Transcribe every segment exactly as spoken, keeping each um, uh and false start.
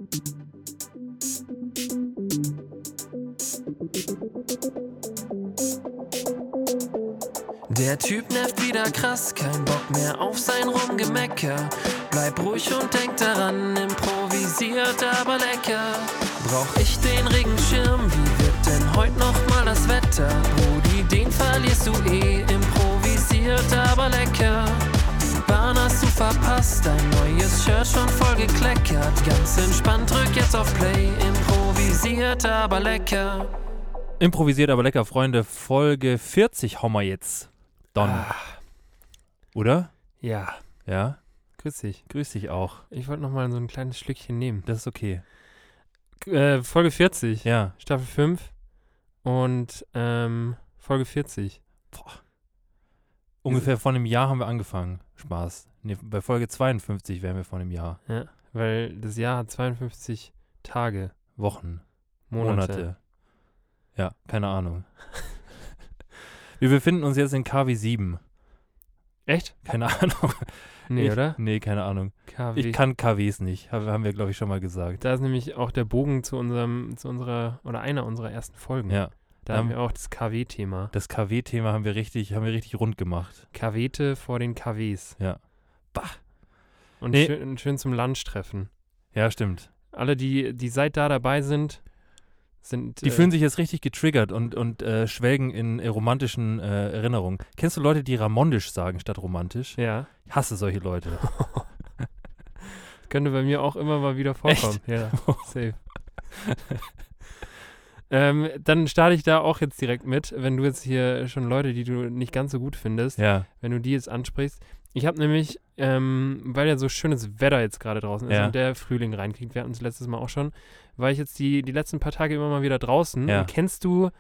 Der Typ nervt wieder krass, kein Bock mehr auf sein Rumgemecker. Bleib ruhig und denk daran, improvisiert aber lecker. Brauch ich den Regenschirm, wie wird denn heute noch mal das Wetter? Brudi, den verlierst du eh, improvisiert aber lecker. Die Bahn hast du verpasst, dein neues Shirt schon voll gekleckert. Ganz entspannt, drück jetzt auf Play, improvisiert aber lecker. Improvisiert aber lecker, Freunde, Folge vierzig hauen wir jetzt. Don. Ah. Oder? Ja, Ja? grüß dich. Grüß dich auch. Ich wollte noch mal so ein kleines Schlückchen nehmen. Das ist okay. Äh, Folge vierzig, Ja. Staffel fünf und ähm, Folge vierzig. Ungefähr vor einem Jahr haben wir angefangen. Spaß. Nee, bei Folge zweiundfünfzig wären wir vor einem Jahr. Ja, weil das Jahr hat zweiundfünfzig Tage, Wochen. Monate. Monate. Ja, keine Ahnung. Wir befinden uns jetzt in K W sieben. Echt? Keine Ahnung. Nee, ich, oder? Nee, keine Ahnung. K W. Ich kann K Ws nicht. Haben haben wir, glaube ich, schon mal gesagt. Da ist nämlich auch der Bogen zu unserem, zu unserer, oder einer unserer ersten Folgen. Ja. Da haben wir auch das K W-Thema. Das K W-Thema haben wir richtig, haben wir richtig rund gemacht. K W-te vor den K Ws. Ja. Bah. Und Nee. schön, schön zum Lunch treffen. Ja, stimmt. Alle, die, die seit da dabei sind, sind. Die äh, fühlen sich jetzt richtig getriggert und, und äh, schwelgen in äh, romantischen äh, Erinnerungen. Kennst du Leute, die ramondisch sagen statt romantisch? Ja. Ich hasse solche Leute. Könnte bei mir auch immer mal wieder vorkommen. Ja, safe. ähm, dann starte ich da auch jetzt direkt mit, wenn du jetzt hier schon Leute, die du nicht ganz so gut findest, Ja. wenn du die jetzt ansprichst. Ich habe nämlich, ähm, weil ja so schönes Wetter jetzt gerade draußen ist Ja. und der Frühling reinkriegt, wir hatten es letztes Mal auch schon, war ich jetzt die, die letzten paar Tage immer mal wieder draußen. Ja. Und kennst du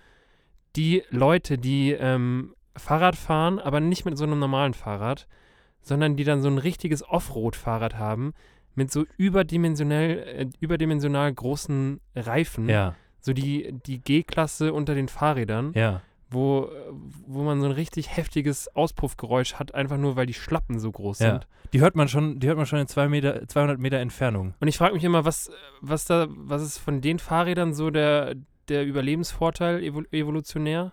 die Leute, die ähm, Fahrrad fahren, aber nicht mit so einem normalen Fahrrad, sondern die dann so ein richtiges Offroad-Fahrrad haben, mit so überdimensionell, äh, überdimensional großen Reifen, Ja. so die, die G-Klasse unter den Fahrrädern, Ja. wo, wo man so ein richtig heftiges Auspuffgeräusch hat, einfach nur, weil die Schlappen so groß Ja. sind. Die hört man schon, die hört man schon in zwei Meter, zweihundert Meter Entfernung. Und ich frage mich immer, was, was da, was ist von den Fahrrädern so der, der Überlebensvorteil evol evolutionär?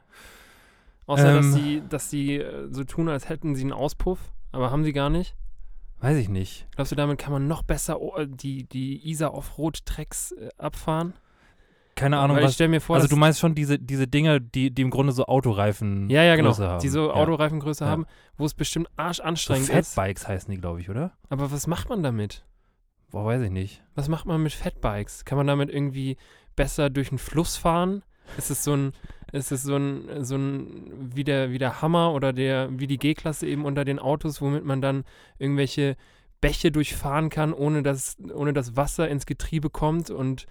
Außer, Ähm. dass sie, dass sie äh, so tun, als hätten sie einen Auspuff, aber haben sie gar nicht. Weiß ich nicht. Glaubst du, damit kann man noch besser oh, die, die Isar Offroad-Tracks äh, abfahren? Keine Ahnung, Weil ich was. stelle mir vor, Also dass du meinst schon diese, diese Dinger, die, die im Grunde so Autoreifen ja, ja, genau, Größe haben. die so Ja. Autoreifengröße Ja. haben, wo es bestimmt So arschanstrengend ist. Fatbikes heißen die, glaube ich, oder? Aber was macht man damit? Boah, weiß ich nicht. Was macht man mit Fatbikes? Kann man damit irgendwie besser durch einen Fluss fahren? Ist es so ein, ist es so ein, so ein, wie der, wie der Hammer oder der, wie die G-Klasse eben unter den Autos, womit man dann irgendwelche Bäche durchfahren kann, ohne dass, ohne dass Wasser ins Getriebe kommt und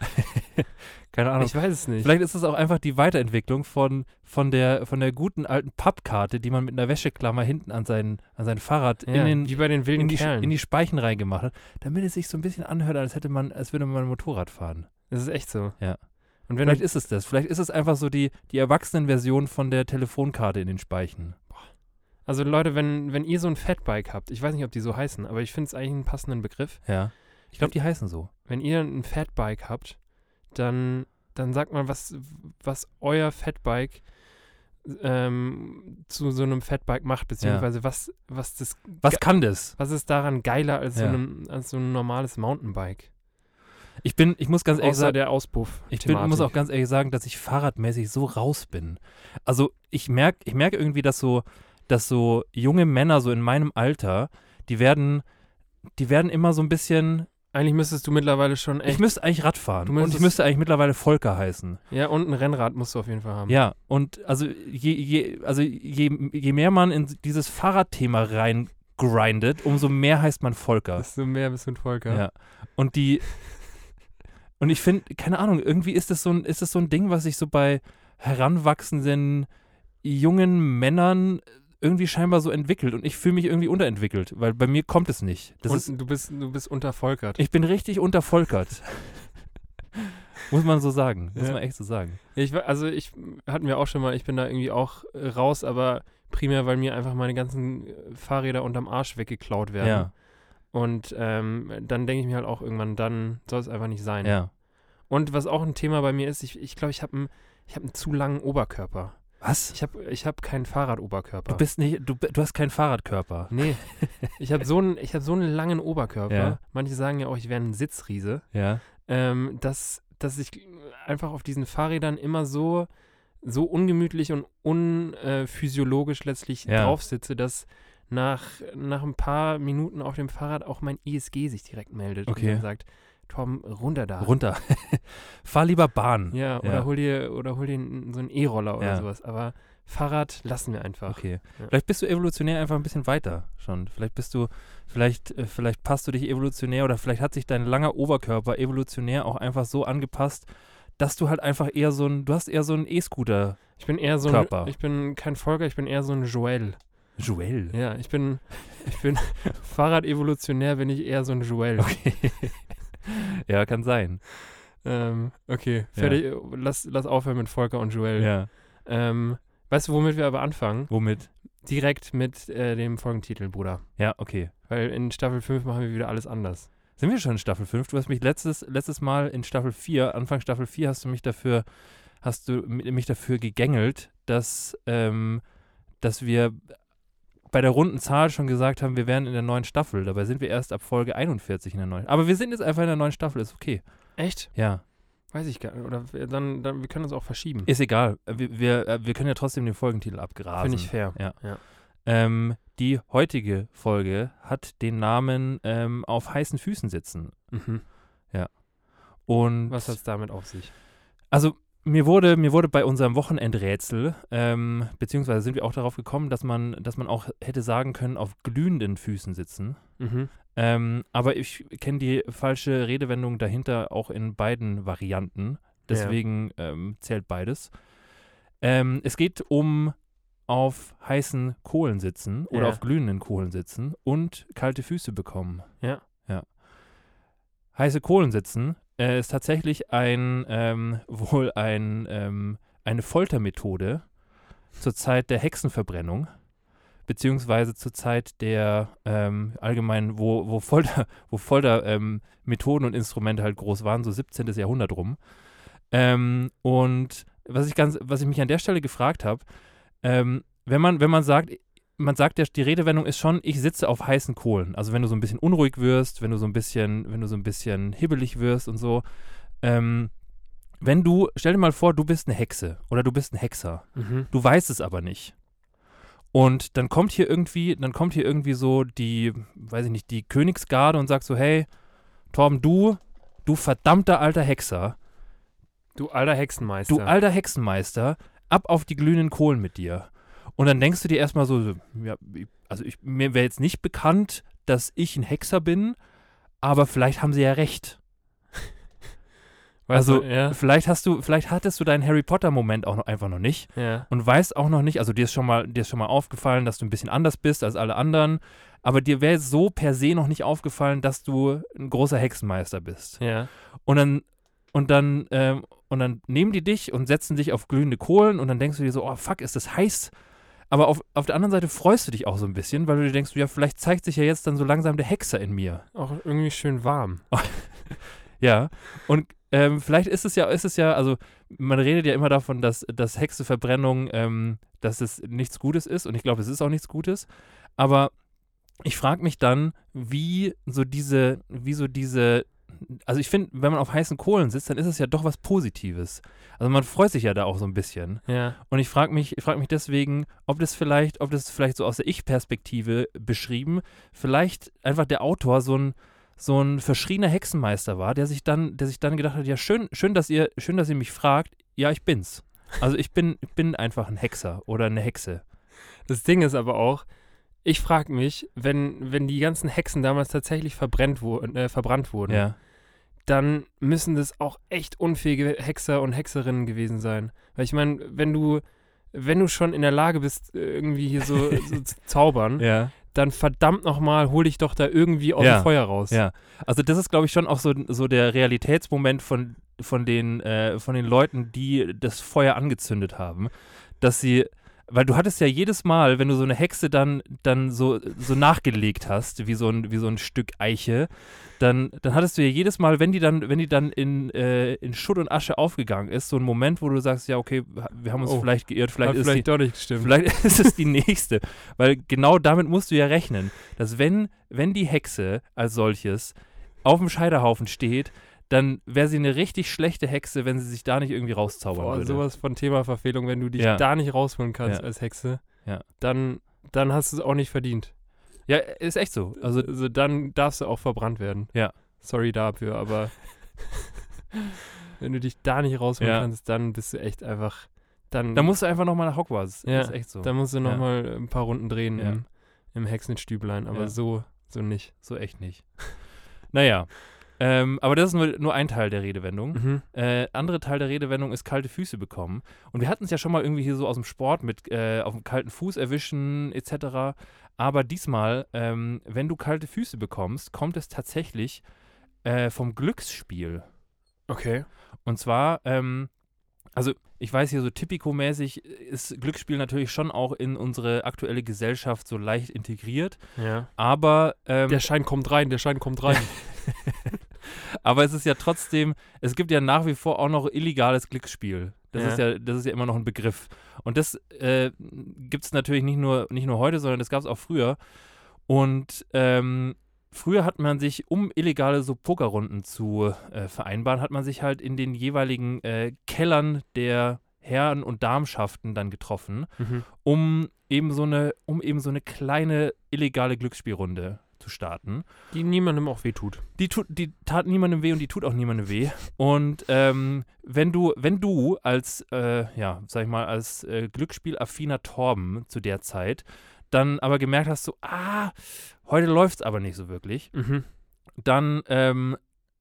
Keine Ahnung. ich weiß es nicht. Vielleicht ist es auch einfach die Weiterentwicklung von, von, der, von der guten alten Pappkarte, die man mit einer Wäscheklammer hinten an sein, an sein Fahrrad ja, in, den, wie bei den wilden in, die, Kerlen. in die Speichen reingemacht hat, damit es sich so ein bisschen anhört, als hätte man, als würde man ein Motorrad fahren. das ist echt so. Ja. Und wenn Vielleicht du, ist es das. Vielleicht ist es einfach so die, die Erwachsenenversion von der Telefonkarte in den Speichen. also Leute, wenn, wenn ihr so ein Fatbike habt, ich weiß nicht, ob die so heißen, aber ich finde es eigentlich einen passenden Begriff. Ja. Ich glaube, die heißen so. Wenn ihr ein Fatbike habt, dann, dann sagt mal, was, was euer Fatbike ähm, zu so einem Fatbike macht, beziehungsweise was, was das Was Ge- kann das? was ist daran geiler als, so, Ja. einem, als so ein normales Mountainbike? Ich bin, ich muss ganz ehrlich Außer sagen, der Auspuff. ich bin, muss auch ganz ehrlich sagen, dass ich fahrradmäßig so raus bin. Also ich merke ich merk irgendwie, dass so, dass so junge Männer so in meinem Alter, die werden, die werden immer so ein bisschen, Eigentlich müsstest du mittlerweile schon echt. ich müsste eigentlich Rad fahren Du und ich müsstest- müsste eigentlich mittlerweile Volker heißen. ja, und ein Rennrad musst du auf jeden Fall haben. Ja, und also je, je, also je, je mehr man in dieses Fahrradthema reingrindet, umso mehr heißt man Volker. Bist du mehr bist du ein Volker. Ja. Und die und ich finde, keine Ahnung, irgendwie ist das so ein, ist das so ein Ding, was sich so bei heranwachsenden jungen Männern irgendwie scheinbar so entwickelt und ich fühle mich irgendwie unterentwickelt, weil bei mir kommt es nicht. Das und ist, du bist du bist untervolkert. ich bin richtig untervolkert. Muss man so sagen. Muss Ja. man echt so sagen. Ich, wa- also ich hatten wir auch schon mal, ich bin da irgendwie auch äh, raus, aber primär, weil mir einfach meine ganzen äh, Fahrräder unterm Arsch weggeklaut werden. Ja. Und ähm, dann denke ich mir halt auch irgendwann, dann soll es einfach nicht sein. Ja. Und was auch ein Thema bei mir ist, ich glaube, ich, glaub, ich habe einen ich hab einen zu langen Oberkörper. Was? Ich habe ich hab keinen Fahrradoberkörper. Du bist nicht, du, du hast keinen Fahrradkörper. Nee. Ich habe so, einen- ich hab so einen langen Oberkörper. Ja. Manche sagen ja auch, ich wäre ein Sitzriese. Ja. Ähm, dass, dass ich einfach auf diesen Fahrrädern immer so, so ungemütlich und unphysiologisch letztlich Ja. drauf sitze, dass nach, nach ein paar Minuten auf dem Fahrrad auch mein I S G sich direkt meldet Okay. und dann sagt, Tom, runter da. Runter. Fahr lieber Bahn. Ja, oder Ja. hol dir, oder hol dir n- so einen E-Roller oder Ja. sowas. Aber Fahrrad lassen wir einfach. Okay. Ja. Vielleicht bist du evolutionär einfach ein bisschen weiter schon. Vielleicht bist du, vielleicht, äh, vielleicht passt du dich evolutionär oder vielleicht hat sich dein langer Oberkörper evolutionär auch einfach so angepasst, dass du halt einfach eher so ein, du hast eher so einen E-Scooter. Ich bin eher so Körper. ein, ich bin kein Volker, ich bin eher so ein Joel. Joel. Ja, ich bin, ich bin Fahrrad-evolutionär, bin ich eher so ein Joel. Okay. Ja, kann sein. Ähm, okay, fertig. Lass, lass aufhören mit Volker und Joel. Ja. Ähm, weißt du, womit wir aber anfangen? Womit? Direkt mit äh, dem Folgentitel, Bruder. Ja, okay. Weil in Staffel fünf machen wir wieder alles anders. Sind wir schon in Staffel fünf? Du hast mich letztes, letztes Mal in Staffel vier, Anfang Staffel vier, hast du mich dafür, hast du mi- mich dafür gegängelt, dass, ähm, dass wir bei der runden Zahl schon gesagt haben, wir wären in der neuen Staffel. Dabei sind wir erst ab Folge einundvierzig in der neuen. Aber wir sind jetzt einfach in der neuen Staffel, ist okay. Echt? Ja. Weiß ich gar nicht. Oder wir- dann, dann, wir können das auch verschieben. Ist egal. Wir, wir, äh, wir können ja trotzdem den Folgentitel abgrasen. Finde ich fair. Ja. Ja. Ähm, die heutige Folge hat den Namen ähm, Auf heißen Füßen sitzen. Mhm. Und Was hat es damit auf sich? Also mir wurde, mir wurde bei unserem Wochenendrätsel, ähm, beziehungsweise sind wir auch darauf gekommen, dass man, dass man auch hätte sagen können, auf glühenden Füßen sitzen. Mhm. Ähm, aber ich kenne die falsche Redewendung dahinter auch in beiden Varianten. Deswegen ähm, zählt beides. Ähm, es geht um auf heißen Kohlen sitzen oder Ja. auf glühenden Kohlen sitzen und kalte Füße bekommen. Ja. Ja. Heiße Kohlen sitzen äh, ist tatsächlich ein, ähm, wohl ein, ähm, eine Foltermethode zur Zeit der Hexenverbrennung, beziehungsweise zur Zeit der ähm, allgemein, wo, wo Folter, wo Folter ähm, Methoden und Instrumente halt groß waren, so siebzehnten. Jahrhundert rum. Ähm, und was ich ganz, was ich mich an der Stelle gefragt habe, ähm, wenn man, wenn man sagt, man sagt, der, die Redewendung ist schon, ich sitze auf heißen Kohlen. Also wenn du so ein bisschen unruhig wirst, wenn du so ein bisschen, wenn du so ein bisschen hibbelig wirst und so. Ähm, wenn du, stell dir mal vor, du bist eine Hexe oder du bist ein Hexer. Mhm. Du weißt es aber nicht. Und dann kommt hier irgendwie, dann kommt hier irgendwie so die, weiß ich nicht, die Königsgarde und sagt so, hey, Torben, du, du verdammter alter Hexer, Du alter Hexenmeister. du alter Hexenmeister, ab auf die glühenden Kohlen mit dir. Und dann denkst du dir erstmal so, so, ja, also ich, mir wäre jetzt nicht bekannt, dass ich ein Hexer bin, aber vielleicht haben sie ja recht. Weißt also du, ja. vielleicht hast du, vielleicht hattest du deinen Harry Potter-Moment auch noch einfach noch nicht Ja. und weißt auch noch nicht, also dir ist schon mal, dir ist schon mal aufgefallen, dass du ein bisschen anders bist als alle anderen, aber dir wäre so per se noch nicht aufgefallen, dass du ein großer Hexenmeister bist. Ja. Und dann, und dann, ähm, und dann nehmen die dich und setzen dich auf glühende Kohlen und dann denkst du dir so, oh fuck, ist das heiß. Aber auf, auf der anderen Seite freust du dich auch so ein bisschen, weil du dir denkst, ja, vielleicht zeigt sich ja jetzt dann so langsam der Hexer in mir. Auch irgendwie schön warm. Ja, und ähm, vielleicht ist es ja, ist es ja, also man redet ja immer davon, dass, dass Hexeverbrennung, ähm, dass es nichts Gutes ist und ich glaube, es ist auch nichts Gutes, aber ich frage mich dann, wie so diese, wie so diese, also ich finde, wenn man auf heißen Kohlen sitzt, dann ist es ja doch was Positives. Also man freut sich ja da auch so ein bisschen. Ja. Und ich frage mich, ich frage mich deswegen, ob das vielleicht, ob das vielleicht so aus der Ich-Perspektive beschrieben, vielleicht einfach der Autor so ein so ein verschriener Hexenmeister war, der sich dann, der sich dann gedacht hat, ja schön, schön, dass ihr, schön, dass ihr mich fragt. Ja, ich bin's. Also ich bin, ich bin einfach ein Hexer oder eine Hexe. Das Ding ist aber auch, ich frage mich, wenn, wenn die ganzen Hexen damals tatsächlich verbrennt wurden, äh, verbrannt wurden, Ja. dann müssen das auch echt unfähige Hexer und Hexerinnen gewesen sein. Weil ich meine, wenn du, wenn du schon in der Lage bist, irgendwie hier so, so zu zaubern, Ja. dann verdammt nochmal, hol dich doch da irgendwie aus Ja. dem Feuer raus. Ja. Also das ist, glaube ich, schon auch so, so der Realitätsmoment von, von, den, äh, von den Leuten, die das Feuer angezündet haben. Dass sie, weil du hattest ja jedes Mal, wenn du so eine Hexe dann, dann so, so nachgelegt hast, wie so ein, wie so ein Stück Eiche, dann, dann hattest du ja jedes Mal, wenn die dann, wenn die dann in, äh, in Schutt und Asche aufgegangen ist, so ein Moment, wo du sagst, ja, okay, wir haben uns Oh, vielleicht geirrt, vielleicht Hat ist vielleicht die, doch nicht gestimmt. vielleicht ist es die nächste. Weil genau damit musst du ja rechnen, dass wenn, wenn die Hexe als solches auf dem Scheiterhaufen steht, dann wäre sie eine richtig schlechte Hexe, wenn sie sich da nicht irgendwie rauszaubern Boah, würde. sowas von Themaverfehlung, wenn du dich Ja. da nicht rausholen kannst Ja. als Hexe, Ja. dann, dann hast du es auch nicht verdient. Ja, ist echt so. Also, Also, also dann darfst du auch verbrannt werden. Ja. Sorry dafür, aber wenn du dich da nicht rausholen Ja. kannst, dann bist du echt einfach, dann, da musst du einfach nochmal nach Hogwarts. Ja, ist echt so. dann musst du Ja. nochmal ein paar Runden drehen Ja. im, im Hexenstüblein, aber Ja. so, so nicht. So echt nicht. Naja. Ähm, aber das ist nur, nur ein Teil der Redewendung. Mhm. Äh, andere Teil der Redewendung ist kalte Füße bekommen. Und wir hatten es ja schon mal irgendwie hier so aus dem Sport mit äh, auf dem kalten Fuß erwischen et cetera. Aber diesmal, ähm, wenn du kalte Füße bekommst, kommt es tatsächlich äh, vom Glücksspiel. Okay. Und zwar, ähm, also ich weiß hier so Tipico-mäßig ist Glücksspiel natürlich schon auch in unsere aktuelle Gesellschaft so leicht integriert. Ja. Aber ähm, Der Schein kommt rein, der Schein kommt rein. Aber es ist ja trotzdem, es gibt ja nach wie vor auch noch illegales Glücksspiel. Das Ja. ist ja, das ist ja immer noch ein Begriff. Und das äh, gibt es natürlich nicht nur, nicht nur heute, sondern das gab es auch früher. Und ähm, früher hat man sich, um illegale so Pokerrunden zu äh, vereinbaren, hat man sich halt in den jeweiligen äh, Kellern der Herren- und Darmschaften dann getroffen, mhm. um eben so eine, um eben so eine kleine illegale Glücksspielrunde zu starten. Die niemandem auch wehtut. Die, tut, die tat niemandem weh und die tut auch niemandem weh. Und ähm, wenn du, wenn du als, äh, ja, sag ich mal, als äh, glücksspielaffiner Torben zu der Zeit dann aber gemerkt hast, so, ah, heute läuft's aber nicht so wirklich, Mhm. dann, ähm,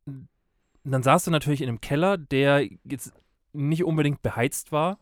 dann saßt du natürlich in einem Keller, der jetzt nicht unbedingt beheizt war.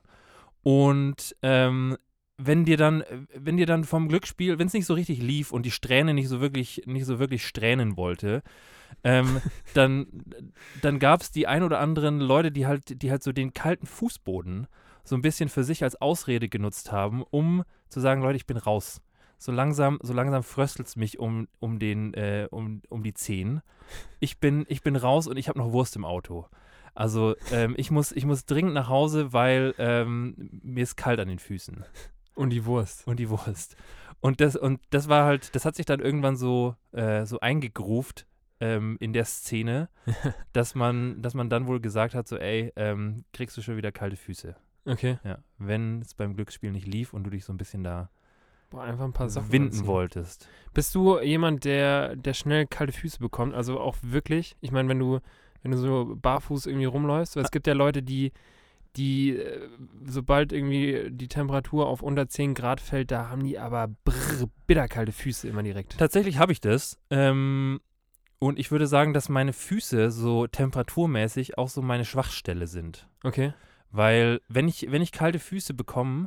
Und ähm, wenn dir dann, wenn dir dann vom Glücksspiel, wenn es nicht so richtig lief und die Strähne nicht so wirklich, nicht so wirklich strähnen wollte, ähm, dann, dann gab es die ein oder anderen Leute, die halt, die halt so den kalten Fußboden so ein bisschen für sich als Ausrede genutzt haben, um zu sagen, Leute, ich bin raus. So langsam, so langsam fröstelt es mich um, um, den, äh, um, um die Zehen. Ich bin, ich bin raus und ich habe noch Wurst im Auto. Also ähm, ich, muss, ich muss dringend nach Hause, weil ähm, mir ist kalt an den Füßen. Und die Wurst. Und die Wurst. Und das, und das war halt, das hat sich dann irgendwann so, äh, so eingegruft ähm, in der Szene, dass man, dass man dann wohl gesagt hat, so, ey, ähm, kriegst du schon wieder kalte Füße. Okay. Ja, wenn es beim Glücksspiel nicht lief und du dich so ein bisschen da Boah, einfach ein paar Sachen winden anziehen. wolltest. Bist du jemand, der, der schnell kalte Füße bekommt? Also auch wirklich? Ich meine, wenn du, wenn du so barfuß irgendwie rumläufst, weil es gibt ja Leute, die, die, äh, sobald irgendwie die Temperatur auf unter zehn Grad fällt, da haben die aber brrr, bitterkalte Füße immer direkt. Tatsächlich habe ich das. Ähm, und ich würde sagen, dass meine Füße so temperaturmäßig auch so meine Schwachstelle sind. Okay. Weil wenn ich, wenn ich kalte Füße bekomme,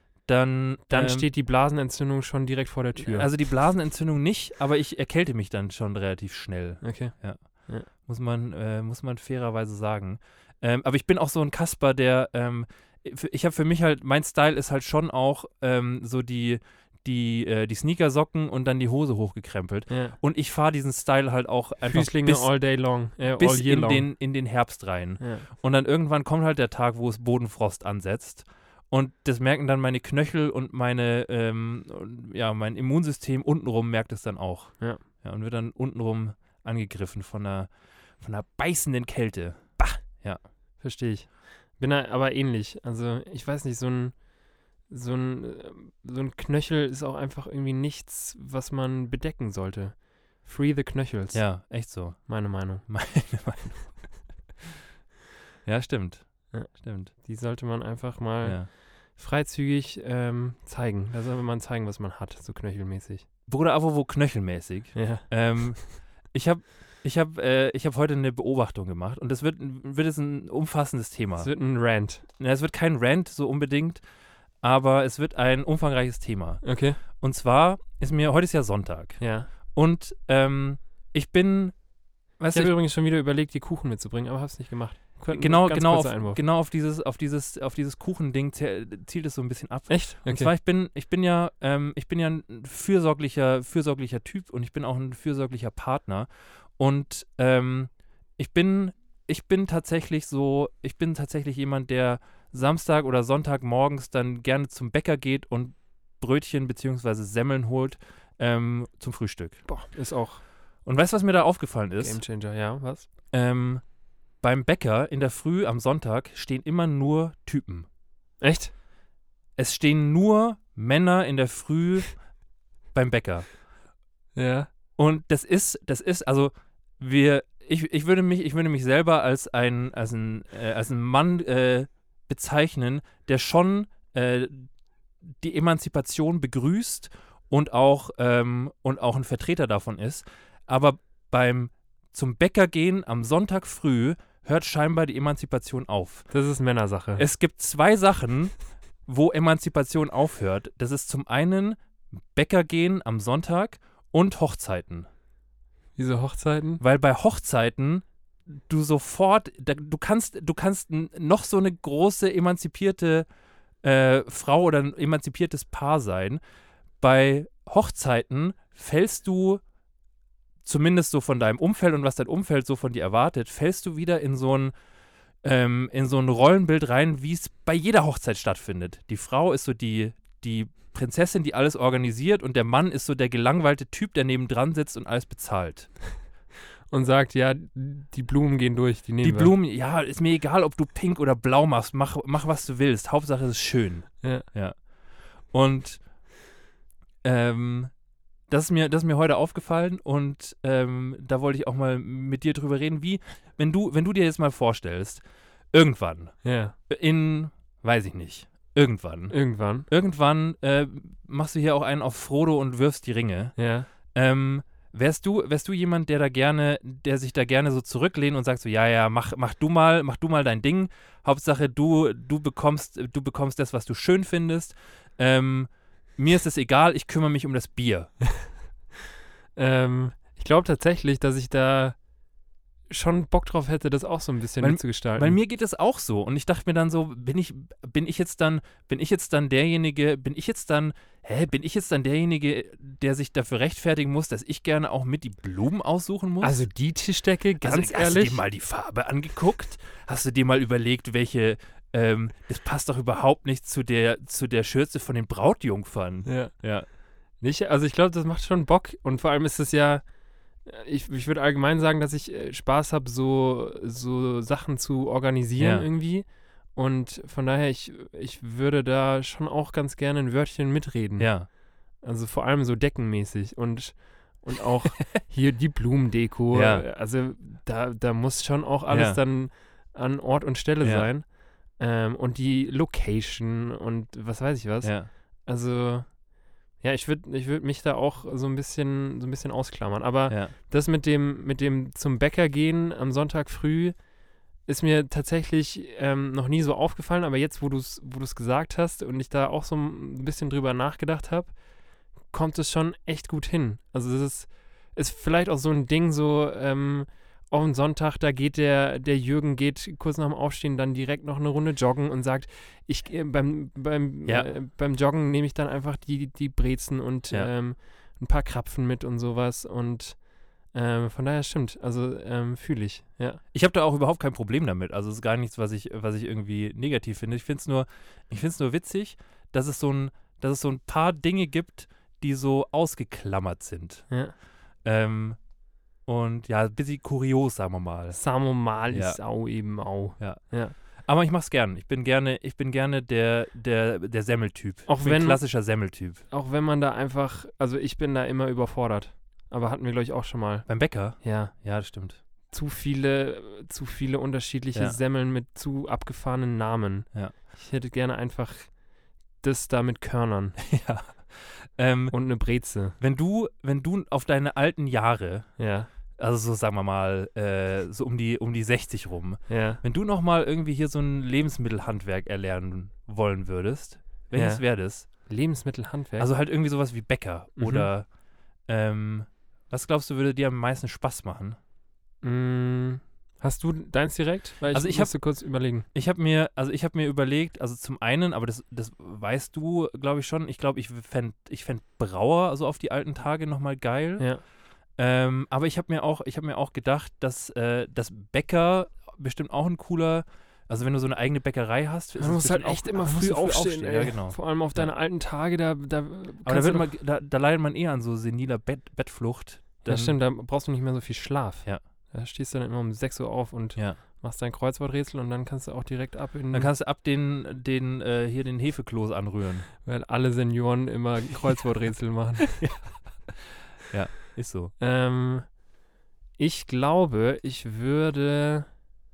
dann Dann ähm, steht die Blasenentzündung schon direkt vor der Tür. Also die Blasenentzündung nicht, aber ich erkälte mich dann schon relativ schnell. okay. Muss man, äh, muss man fairerweise sagen. Ähm, aber ich bin auch so ein Kasper, der, ähm, ich habe für mich halt, mein Style ist halt schon auch ähm, so die, die, äh, die Sneakersocken und dann die Hose hochgekrempelt. Ja. Und ich fahre diesen Style halt auch einfach Füßlinge bis, all day long. Äh, all bis year in, long. den, in den Herbst rein. ja. Und dann irgendwann kommt halt der Tag, wo es Bodenfrost ansetzt. Und das merken dann meine Knöchel und meine, ähm, und, ja, mein Immunsystem untenrum merkt es dann auch. Ja. Ja, und wird dann untenrum angegriffen von einer, von einer beißenden Kälte. Verstehe ich. Bin da aber ähnlich. Also ich weiß nicht, so ein, so ein, äh, so ein Knöchel ist auch einfach irgendwie nichts, was man bedecken sollte. Free the Knöchels. Ja, echt so. Meine Meinung. Meine Meinung. Ja, stimmt. Ja. Stimmt. Die sollte man einfach mal Ja. freizügig ähm, zeigen. Da soll man zeigen, was man hat, so knöchelmäßig. Bruder, apropos knöchelmäßig. Ja. Ähm, ich habe ich hab, äh, ich hab heute eine Beobachtung gemacht und das wird, wird jetzt ein umfassendes Thema. Es wird ein Rant. Ja, es wird kein Rant so unbedingt, aber es wird ein umfangreiches Thema. Okay. Und zwar ist mir, heute ist ja Sonntag Ja. und ähm, ich bin, Ich weißt habe du, übrigens schon wieder überlegt, die Kuchen mitzubringen, aber habe es nicht gemacht. genau, ganz genau, kurzer auf, Einwurf. genau auf dieses, auf dieses, auf dieses Kuchending zie- zielt es so ein bisschen ab. Echt? Und zwar, ich bin, ich bin ja, ähm, ich bin ja ein fürsorglicher, fürsorglicher Typ und ich bin auch ein fürsorglicher Partner. Und ähm, ich bin, ich bin tatsächlich so, ich bin tatsächlich jemand, der Samstag oder Sonntag morgens dann gerne zum Bäcker geht und Brötchen bzw. Semmeln holt ähm, zum Frühstück. Boah, ist auch Und weißt du, was mir da aufgefallen ist? Gamechanger, ja, was? Ähm, beim Bäcker in der Früh am Sonntag stehen immer nur Typen. Echt? Es stehen nur Männer in der Früh beim Bäcker. Ja. Und das ist, das ist, also wir, ich, ich würde mich, ich würde mich selber als ein, als ein, äh, als ein Mann äh, bezeichnen, der schon äh, die Emanzipation begrüßt und auch, ähm, und auch ein Vertreter davon ist. Aber beim zum Bäcker gehen am Sonntag früh hört scheinbar die Emanzipation auf. Das ist Männersache. Es gibt zwei Sachen, wo Emanzipation aufhört. Das ist zum einen Bäcker gehen am Sonntag und Hochzeiten. Diese Hochzeiten? Weil bei Hochzeiten du sofort, da, du kannst, du kannst n- noch so eine große emanzipierte äh, Frau oder ein emanzipiertes Paar sein. Bei Hochzeiten fällst du, zumindest so von deinem Umfeld und was dein Umfeld so von dir erwartet, fällst du wieder in so ein, ähm, in so ein Rollenbild rein, wie es bei jeder Hochzeit stattfindet. Die Frau ist so die, die Prinzessin, die alles organisiert und der Mann ist so der gelangweilte Typ, der nebendran sitzt und alles bezahlt. Und sagt, ja, die Blumen gehen durch, die nehmen Die wir. Blumen, ja, ist mir egal, ob du pink oder blau machst, mach, mach was du willst. Hauptsache es ist schön. Ja. Ja. Und ähm, das ist mir, das ist mir heute aufgefallen und ähm, da wollte ich auch mal mit dir drüber reden, wie, wenn du, wenn du dir jetzt mal vorstellst, irgendwann, Ja. in, weiß ich nicht, irgendwann, Irgendwann. irgendwann äh, machst du hier auch einen auf Frodo und wirfst die Ringe. Ja. Ähm, wärst du, wärst du jemand, der da gerne, der sich da gerne so zurücklehnt und sagt so, ja, ja, mach, mach du mal, mach du mal dein Ding. Hauptsache du, du bekommst, du bekommst das, was du schön findest. Ähm, mir ist es egal, ich kümmere mich um das Bier. Ähm, ich glaube tatsächlich, dass ich da schon Bock drauf hätte, das auch so ein bisschen Weil- mitzugestalten. Weil mir geht es auch so. Und ich dachte mir dann so, bin ich, bin ich jetzt dann, bin ich jetzt dann derjenige, bin ich jetzt dann, hä, bin ich jetzt dann derjenige, der sich dafür rechtfertigen muss, dass ich gerne auch mit die Blumen aussuchen muss? Also die Tischdecke, ganz Also, hast du ehrlich. dir mal die Farbe angeguckt? Hast du dir mal überlegt, welche, ähm, das passt doch überhaupt nicht zu der, zu der Schürze von den Brautjungfern. Ja. Ja. Nicht, also ich glaube, das macht schon Bock und vor allem ist es ja, ich, ich würde allgemein sagen, dass ich äh, Spaß habe, so, so Sachen zu organisieren Ja. irgendwie und von daher, ich, ich würde da schon auch ganz gerne ein Wörtchen mitreden. Ja. Also vor allem so deckenmäßig und, und auch hier die Blumendeko. Ja. Also da, da muss schon auch alles Ja. dann an Ort und Stelle Ja. sein. Ähm, und die Location und was weiß ich was. Ja. Also ja, ich würde ich würd mich da auch so ein bisschen so ein bisschen ausklammern. Aber Ja. das mit dem, mit dem zum Bäcker gehen am Sonntag früh ist mir tatsächlich ähm, noch nie so aufgefallen, aber jetzt, wo du es wo du's gesagt hast und ich da auch so ein bisschen drüber nachgedacht habe, kommt es schon echt gut hin. Also das ist, ist vielleicht auch so ein Ding, so ähm, auf den Sonntag, da geht der, der Jürgen geht kurz nach dem Aufstehen dann direkt noch eine Runde joggen und sagt, ich äh, beim, beim, Ja. äh, beim Joggen nehme ich dann einfach die, die Brezen und Ja. ähm, ein paar Krapfen mit und sowas und ähm, von daher stimmt, also ähm, fühle ich, ja. Ich habe da auch überhaupt kein Problem damit. Also es ist gar nichts, was ich, was ich irgendwie negativ finde. Ich finde es nur, ich finde es nur witzig, dass es so ein, dass es so ein paar Dinge gibt, die so ausgeklammert sind. ja. Ähm, und ja, ein bisschen kurios, sagen wir mal. Samo mal Ja. ist auch eben auch. Ja. Ja. Aber ich mach's gern. Ich bin gerne, ich bin gerne der, der, der Semmeltyp. Auch ich bin wenn- ein klassischer Semmeltyp. Auch wenn man da einfach, also ich bin da immer überfordert. Aber hatten wir, glaube ich, auch schon mal. Beim Bäcker? Ja. Ja, das stimmt. Zu viele, zu viele unterschiedliche Ja. Semmeln mit zu abgefahrenen Namen. Ja. Ich hätte gerne einfach das da mit Körnern ja. Ähm, und eine Breze. wenn du, wenn du auf deine alten Jahre, Ja. also so sagen wir mal, äh, so um die, um die sechzig rum, Ja. wenn du nochmal irgendwie hier so ein Lebensmittelhandwerk erlernen wollen würdest, welches Ja. wäre das? Lebensmittelhandwerk. Also halt irgendwie sowas wie Bäcker Mhm. oder ähm, was glaubst du, würde dir am meisten Spaß machen? Mm, Hast du deins direkt? Weil ich, Also ich musste kurz überlegen. Ich habe mir, also ich habe mir überlegt, also zum einen, aber das, das weißt du, glaube ich schon, ich glaube, ich fände ich fänd Brauer, also auf die alten Tage nochmal geil. Ja. Ähm, aber ich habe mir auch, ich habe mir auch gedacht, dass äh, das Bäcker bestimmt auch ein cooler, also wenn du so eine eigene Bäckerei hast, ist Du es musst halt bestimmt echt auch, immer ah, musst früh du aufstehen, ey. Ja, genau. Vor allem auf deine Ja. alten Tage, da, da Aber da, kannst wird du man, da, da leidet man eher an so seniler Bett, Bettflucht. Dann, Das stimmt, da brauchst du nicht mehr so viel Schlaf. Ja. Da stehst du dann immer um sechs Uhr auf und Ja. machst dein Kreuzworträtsel und dann kannst du auch direkt ab in... Dann kannst du ab den, den äh, hier den Hefekloß anrühren. weil alle Senioren immer Kreuzworträtsel machen. Ist so. Ähm, ich glaube, ich würde...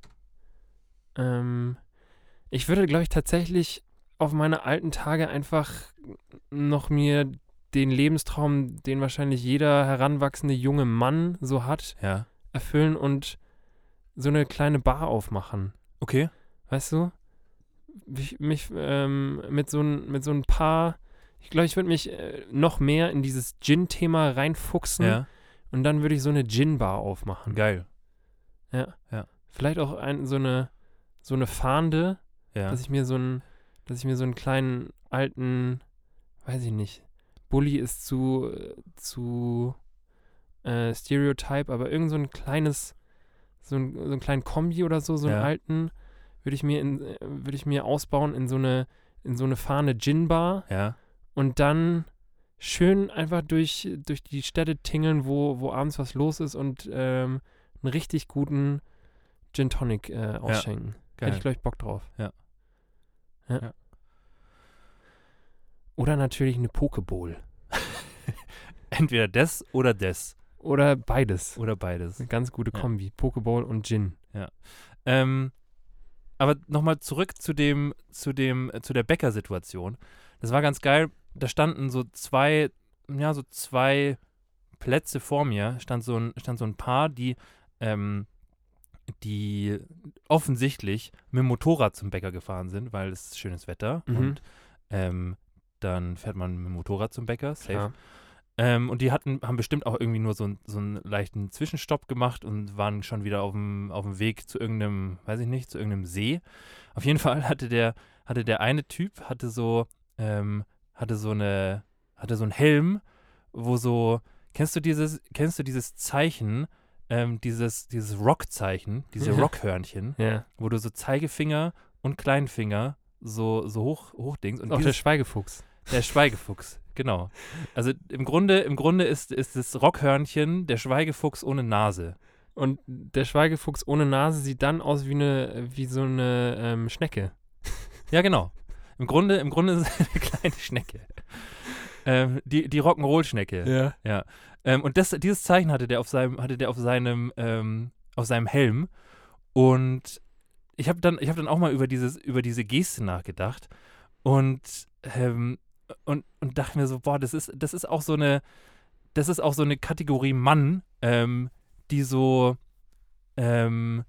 Ähm, ich würde, glaube ich, tatsächlich auf meine alten Tage einfach noch mir den Lebenstraum, den wahrscheinlich jeder heranwachsende junge Mann so hat, Ja. erfüllen und so eine kleine Bar aufmachen. Okay. Weißt du? Mich, mich ähm, mit so ein, mit so ein paar, ich glaube, ich würde mich äh, noch mehr in dieses Gin-Thema reinfuchsen Ja. und dann würde ich so eine Gin-Bar aufmachen. Geil. Vielleicht auch ein, so eine so eine Fahndende, Ja. dass ich mir so einen, dass ich mir so einen kleinen alten, weiß ich nicht, Bully ist zu, äh, zu äh, Stereotype, aber irgend so ein kleines, so, ein, so einen kleinen Kombi oder so, so einen Ja. alten, würde ich mir in, äh, würde ich mir ausbauen in so eine, in so eine fahrende Gin-Bar Ja. und dann schön einfach durch, durch die Städte tingeln, wo, wo abends was los ist und ähm, einen richtig guten Gin Tonic äh, ausschenken. Geil. Hätte ich, glaube ich, Bock drauf. Ja. ja. Ja. Oder natürlich eine Pokeball. Entweder das oder das. Oder beides. Oder beides. Eine ganz gute Ja. Kombi. Pokeball und Gin. Ähm, aber nochmal zurück zu dem, zu dem, äh, zu der Bäckersituation. Das war ganz geil. Da standen so zwei, ja, so zwei Plätze vor mir, stand so ein, stand so ein Paar, die, ähm, die offensichtlich mit dem Motorrad zum Bäcker gefahren sind, weil es ist schönes Wetter. Mhm. Und ähm, dann fährt man mit dem Motorrad zum Bäcker, safe. Ja. Ähm, und die hatten, haben bestimmt auch irgendwie nur so, ein, so einen leichten Zwischenstopp gemacht und waren schon wieder auf dem, auf dem Weg zu irgendeinem, weiß ich nicht, zu irgendeinem See. Auf jeden Fall hatte der, hatte der eine Typ, hatte so, ähm, hatte so eine, hatte so einen Helm, wo so, kennst du dieses, kennst du dieses Zeichen, ähm, dieses, dieses Rock-Zeichen, diese Ja. Rockhörnchen, Ja. wo du so Zeigefinger und Kleinfinger so, so hoch, hochdingst. Und Auch der dieses, Schweigefuchs. der Schweigefuchs, genau. Also im Grunde, im Grunde ist, ist das Rockhörnchen der Schweigefuchs ohne Nase. Und der Schweigefuchs ohne Nase sieht dann aus wie eine, wie so eine ähm, Schnecke. Ja, genau. Im Grunde, im Grunde ist es eine kleine Schnecke. Ähm, die die Rock'n'Roll-Schnecke. Ja. Ähm, und das, dieses Zeichen hatte der auf seinem, hatte der auf seinem, ähm, auf seinem Helm. Und ich habe dann, ich habe dann auch mal über dieses, über diese Geste nachgedacht und, ähm, und, und dachte mir so, boah, das ist, das ist auch so eine, das ist auch so eine Kategorie Mann, ähm, die so, ähm,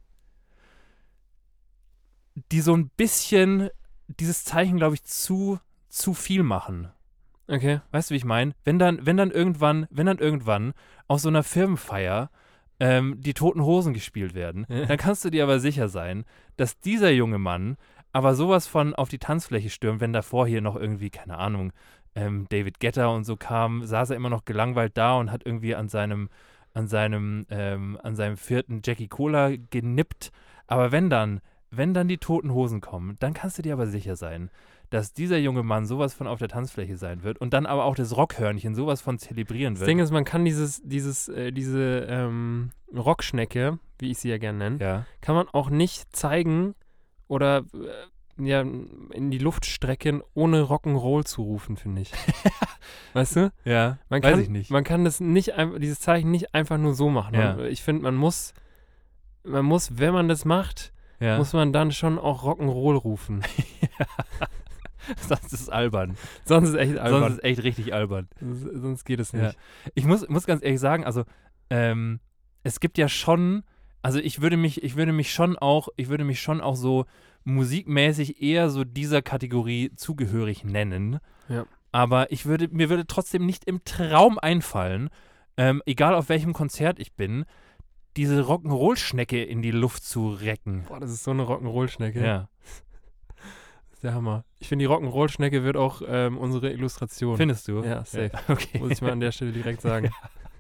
die so ein bisschen dieses Zeichen, glaube ich, zu, zu viel machen. Okay. Weißt du, wie ich meine? Wenn dann, wenn dann irgendwann, wenn dann irgendwann auf so einer Firmenfeier ähm, die Toten Hosen gespielt werden, Ja. dann kannst du dir aber sicher sein, dass dieser junge Mann aber sowas von auf die Tanzfläche stürmt, wenn davor hier noch irgendwie, keine Ahnung, ähm, David Guetta und so kam, saß er immer noch gelangweilt da und hat irgendwie an seinem, an seinem, ähm, an seinem vierten Jackie Cola genippt. Aber wenn dann, wenn dann die Toten Hosen kommen, dann kannst du dir aber sicher sein, dass dieser junge Mann sowas von auf der Tanzfläche sein wird und dann aber auch das Rockhörnchen sowas von zelebrieren Das wird. Ding ist, man kann dieses, dieses, äh, diese ähm, Rockschnecke, wie ich sie ja gerne nenne, Ja, kann man auch nicht zeigen oder äh, ja, in die Luft strecken, ohne Rock'n'Roll zu rufen, finde ich. Weißt du? ja, Man weiß kann, ich nicht. Man kann das nicht einfach, dieses Zeichen nicht einfach nur so machen. Ja. Man, ich finde, man muss, man muss, wenn man das macht, Ja. muss man dann schon auch Rock'n'Roll rufen. Sonst ist es albern. Sonst ist es echt Sonst albern. ist es echt richtig albern. S- Sonst geht es Ja. nicht. Ich muss, muss ganz ehrlich sagen, also ähm, es gibt ja schon, also ich würde mich, ich würde mich schon auch, ich würde mich schon auch so musikmäßig eher so dieser Kategorie zugehörig nennen. Ja. Aber ich würde, mir würde trotzdem nicht im Traum einfallen, ähm, egal auf welchem Konzert ich bin, diese Rock'n'Roll-Schnecke in die Luft zu recken. Boah, das ist so eine Rock'n'Roll-Schnecke. Ja. Das ist der Hammer. Ich finde, die Rock'n'Roll-Schnecke wird auch ähm, unsere Illustration. Findest du? Ja, safe. Ja, okay. Muss ich mal an der Stelle direkt sagen.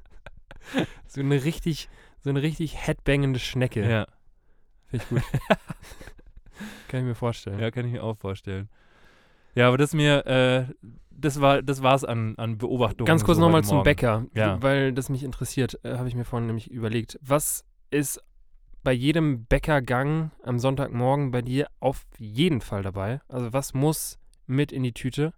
So eine richtig, so eine richtig headbangende Schnecke. Ja. Finde ich gut. Kann ich mir vorstellen. Ja, kann ich mir auch vorstellen. Ja, aber das mir, äh, das war, das war's an, an Beobachtungen. Ganz kurz so nochmal heute zum Morgen. Bäcker, Ja. weil das mich interessiert, äh, habe ich mir vorhin nämlich überlegt. Was ist bei jedem Bäckergang am Sonntagmorgen bei dir auf jeden Fall dabei? Also was muss mit in die Tüte?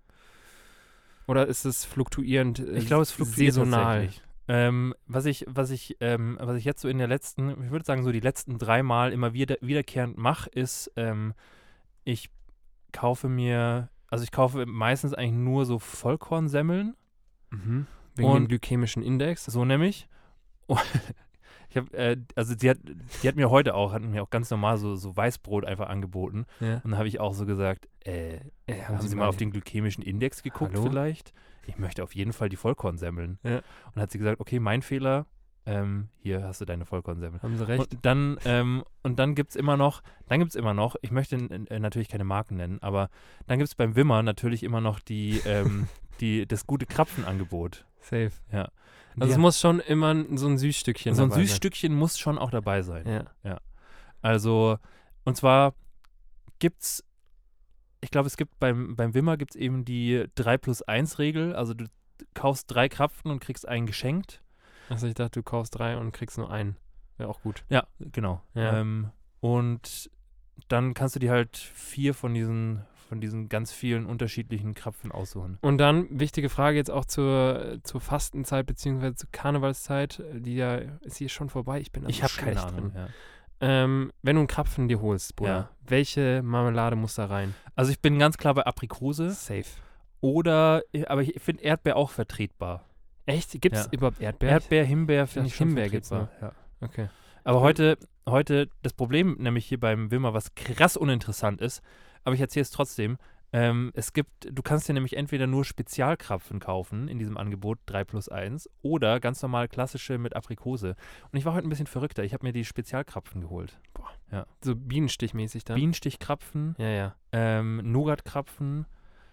Oder ist es fluktuierend, äh, Ich glaube, es fluktuiert saisonal? tatsächlich. Ähm, was ich, was ich, ähm, was ich jetzt so in der letzten, ich würde sagen, so die letzten drei Mal immer wieder, wiederkehrend mache, ist, ähm, ich kaufe mir, also ich kaufe meistens eigentlich nur so Vollkornsemmeln, Mhm. Wegen Und- dem glykämischen Index? so nämlich. Und ich habe, äh, also die hat, die hat mir heute auch, hat mir auch ganz normal so, so Weißbrot einfach angeboten. Ja. Und dann habe ich auch so gesagt, äh, Äh, haben Sie mal auf den glykämischen Index geguckt Hallo? vielleicht? Ich möchte auf jeden Fall die Vollkornsemmeln. Ja. Und dann hat sie gesagt, okay, mein Fehler, ähm, hier hast du deine Vollkornsemmeln. Haben Sie recht? Und dann, ähm, und dann gibt es immer noch, dann gibt es immer noch, ich möchte äh, natürlich keine Marken nennen, aber dann gibt es beim Wimmer natürlich immer noch die, ähm, die, das gute Krapfenangebot. Safe. Ja. Also Die- es muss schon immer n- so ein Süßstückchen so ein dabei Süßstückchen muss schon auch dabei sein. sein. Ja. Also, und zwar gibt's, ich glaube, es gibt beim, beim Wimmer gibt es eben die drei plus eins Regel. Also du kaufst drei Krapfen und kriegst einen geschenkt. Also ich dachte, du kaufst drei und kriegst nur einen. Wäre auch gut. Ja, genau. Ja. Ähm, und dann kannst du dir halt vier von diesen, von diesen ganz vielen unterschiedlichen Krapfen aussuchen. Und dann, wichtige Frage jetzt auch zur, zur Fastenzeit beziehungsweise zur Karnevalszeit, die ja ist hier schon vorbei. Ich bin da Ich so habe keine schlecht Ahnung. drin. Ja. Ähm, wenn du einen Krapfen dir holst, Bruder, Ja. welche Marmelade muss da rein? Also ich bin ganz klar bei Aprikose Safe. oder, aber ich finde Erdbeer auch vertretbar. Echt? Gibt es Ja. überhaupt Erdbeer? Erdbeer, Himbeer finde dachte, ich schon Himbeer gibt's vertretbar. Ja. Okay. Aber heute, heute, das Problem nämlich hier beim Wimmer, was krass uninteressant ist, aber ich erzähle es trotzdem, ähm, es gibt, du kannst dir nämlich entweder nur Spezialkrapfen kaufen in diesem Angebot drei plus eins oder ganz normal klassische mit Aprikose. Und ich war heute ein bisschen verrückter, ich habe mir die Spezialkrapfen geholt. So bienenstichmäßig dann? Bienenstichkrapfen, Ja, ja. ähm, Nougatkrapfen,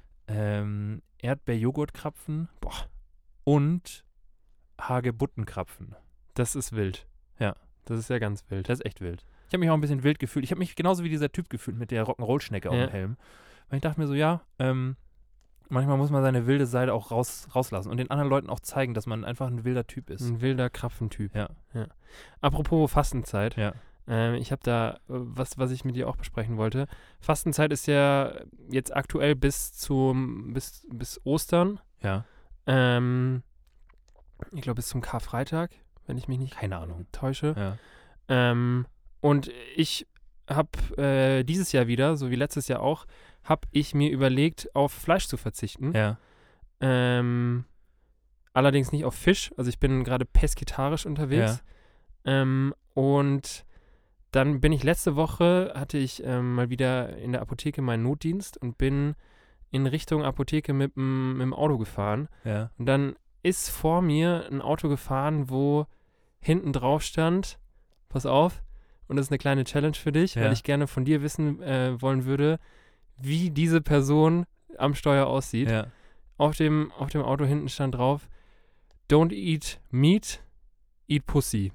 ähm, Erdbeer-Joghurtkrapfen Boah, und Hagebuttenkrapfen. das ist wild. Ja. Das ist ja ganz wild. Das ist echt wild. Ich habe mich auch ein bisschen wild gefühlt. Ich habe mich genauso wie dieser Typ gefühlt mit der Rock'n'Roll-Schnecke auf Ja. dem Helm. Weil ich dachte mir so, ja, ähm, manchmal muss man seine wilde Seite auch raus, rauslassen und den anderen Leuten auch zeigen, dass man einfach ein wilder Typ ist. Ein wilder Krapfentyp. Ja. Apropos Fastenzeit. Ja. Ähm, ich habe da äh, was, was ich mit dir auch besprechen wollte. Fastenzeit ist ja jetzt aktuell bis zum bis, bis Ostern. Ja. Ähm, ich glaube bis zum Karfreitag, wenn ich mich nicht Keine Ahnung. täusche. Ja. Ähm, und ich habe äh, dieses Jahr wieder, so wie letztes Jahr auch, habe ich mir überlegt, auf Fleisch zu verzichten. Ja. Ähm, allerdings nicht auf Fisch. Also ich bin gerade pesketarisch unterwegs. Ähm, und dann bin ich letzte Woche, hatte ich ähm, mal wieder in der Apotheke meinen Notdienst und bin in Richtung Apotheke mit dem Auto gefahren. Ja. Und dann ist vor mir ein Auto gefahren, wo hinten drauf stand, pass auf, und das ist eine kleine Challenge für dich, Ja. weil ich gerne von dir wissen äh, wollen würde, wie diese Person am Steuer aussieht. Ja. Auf dem, auf dem Auto hinten stand drauf, don't eat meat, eat pussy.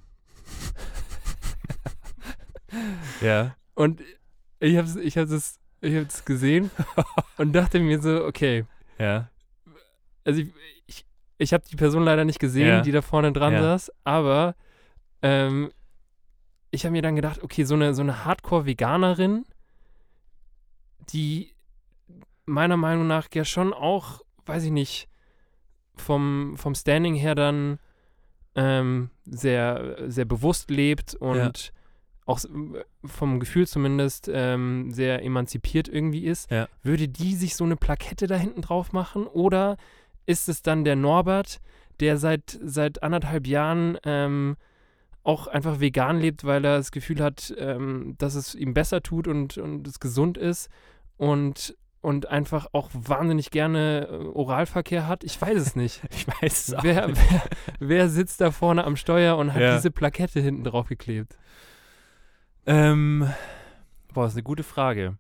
Ja. Und ich habe ich hab das, ich hab das gesehen und dachte mir so, okay, Ja. also ich, ich, ich habe die Person leider nicht gesehen, Ja. die da vorne dran Ja. saß, aber ähm, ich habe mir dann gedacht, okay, so eine, so eine Hardcore-Veganerin, die meiner Meinung nach ja schon auch, weiß ich nicht, vom, vom Standing her dann ähm, sehr, sehr bewusst lebt und auch s- vom Gefühl zumindest ähm, sehr emanzipiert irgendwie ist, Ja. würde die sich so eine Plakette da hinten drauf machen? Oder ist es dann der Norbert, der seit, seit anderthalb Jahren ähm, auch einfach vegan lebt, weil er das Gefühl hat, ähm, dass es ihm besser tut und, und es gesund ist und und einfach auch wahnsinnig gerne äh, Oralverkehr hat. Ich weiß es nicht. Ich weiß es auch wer, nicht. wer, wer sitzt da vorne am Steuer und hat Ja. diese Plakette hinten drauf geklebt? Ähm, boah, ist eine gute Frage.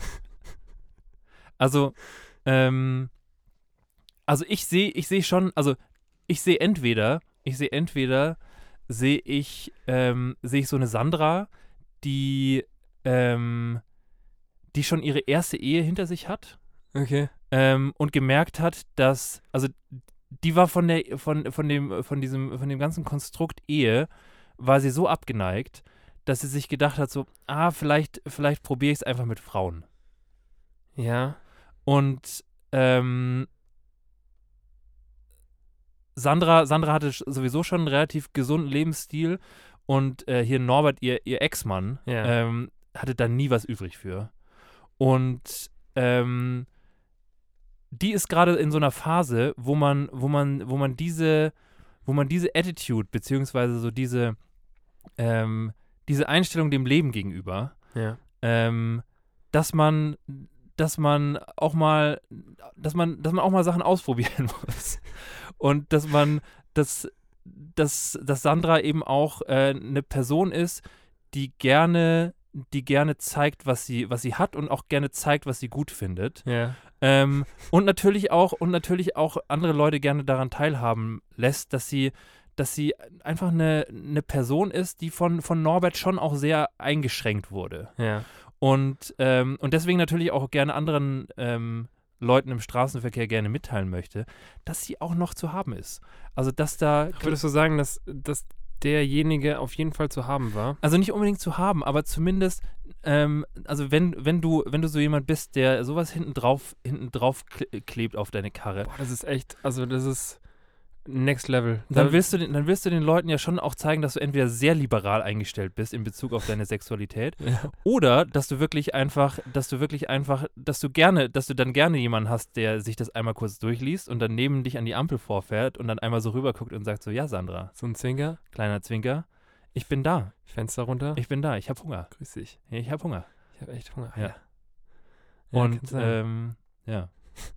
Also, ähm, also ich sehe, ich sehe schon, also ich sehe entweder, ich sehe entweder, sehe ich, ähm, sehe ich so eine Sandra, die, ähm, die schon ihre erste Ehe hinter sich hat. Okay. Ähm, und gemerkt hat, dass, also die war von der, von, von dem, von diesem, von dem ganzen Konstrukt Ehe, war sie so abgeneigt, dass sie sich gedacht hat, so, ah, vielleicht, vielleicht probiere ich es einfach mit Frauen. Ja. Und ähm, Sandra, Sandra hatte sch- sowieso schon einen relativ gesunden Lebensstil und äh, hier Norbert, ihr, ihr Ex-Mann, Ja. ähm, hatte da nie was übrig für. Und ähm, die ist gerade in so einer Phase, wo man, wo man, wo man diese, wo man diese Attitude, beziehungsweise so diese, ähm, diese Einstellung dem Leben gegenüber, Ja. ähm, dass man, dass man auch mal, dass man, dass man auch mal Sachen ausprobieren muss. Und dass man, dass, dass, dass Sandra eben auch äh, eine Person ist, die gerne, die gerne zeigt, was sie, was sie hat und auch gerne zeigt, was sie gut findet. Ja. Ähm, und natürlich auch, und natürlich auch andere Leute gerne daran teilhaben lässt, dass sie, dass sie einfach eine, eine Person ist, die von, von Norbert schon auch sehr eingeschränkt wurde. Ja. Und, ähm, und deswegen natürlich auch gerne anderen ähm, Leuten im Straßenverkehr gerne mitteilen möchte, dass sie auch noch zu haben ist. Also dass da, Würdest du sagen, dass, dass derjenige auf jeden Fall zu haben war? also nicht unbedingt zu haben, aber zumindest, ähm, also wenn, wenn du, wenn du so jemand bist, der sowas hinten drauf, hinten drauf kle- klebt auf deine Karre, Boah, das ist echt, also das ist Next Level. dann Da- willst du den, dann willst du den Leuten ja schon auch zeigen, dass du entweder sehr liberal eingestellt bist in Bezug auf deine Sexualität Ja. oder dass du wirklich einfach, dass du wirklich einfach, dass du gerne, dass du dann gerne jemanden hast, der sich das einmal kurz durchliest und dann neben dich an die Ampel vorfährt und dann einmal so rüberguckt und sagt so, ja Sandra, So ein Zwinker, kleiner Zwinker, ich bin da, Fenster runter. ich bin da, ich habe Hunger, Grüß dich. ich habe Hunger. Ich habe echt Hunger. Ja. Ja, Und kann sein. ähm, ja.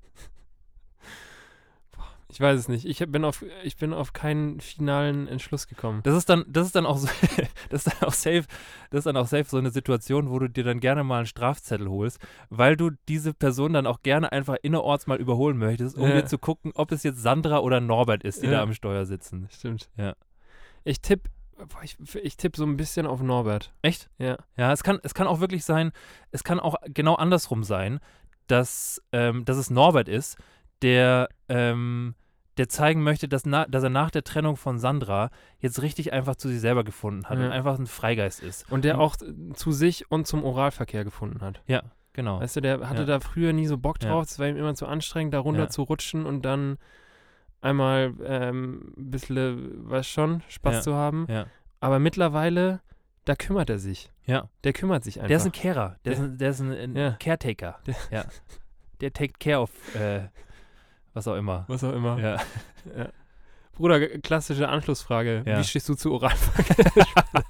Ich weiß es nicht. Ich hab- bin auf, ich bin auf keinen finalen Entschluss gekommen. Das ist dann, das ist dann auch so, das ist dann auch safe, das ist dann auch safe so eine Situation, wo du dir dann gerne mal einen Strafzettel holst, weil du diese Person dann auch gerne einfach innerorts mal überholen möchtest, um Ja. dir zu gucken, ob es jetzt Sandra oder Norbert ist, die Ja. da am Steuer sitzen. Stimmt. Ja. Ich tippe, ich, ich tippe so ein bisschen auf Norbert. Echt? Ja. Ja, es kann, es kann auch wirklich sein, es kann auch genau andersrum sein, dass, ähm, dass es Norbert ist, der, ähm, der zeigen möchte, dass, na, dass er nach der Trennung von Sandra jetzt richtig einfach zu sich selber gefunden hat Ja. und einfach ein Freigeist ist. Und der Und- auch äh, zu sich und zum Oralverkehr gefunden hat. Ja, genau. Weißt du, der hatte Ja. da früher nie so Bock Ja. drauf. Es war ihm immer zu anstrengend, da runter Ja. zu rutschen und dann einmal ähm, ein bisschen, weißt schon, Spaß Ja. zu haben. Ja. Aber mittlerweile, da kümmert er sich. Ja. Der kümmert sich einfach. Der ist ein Carer. Der, Der- ist ein, der ist ein, ein Ja. Caretaker. Der- ja. Der takes care of äh, was auch immer. Was auch immer. Ja. Ja. Bruder, g- klassische Anschlussfrage. Ja. Wie stehst du zu Oralverkehr?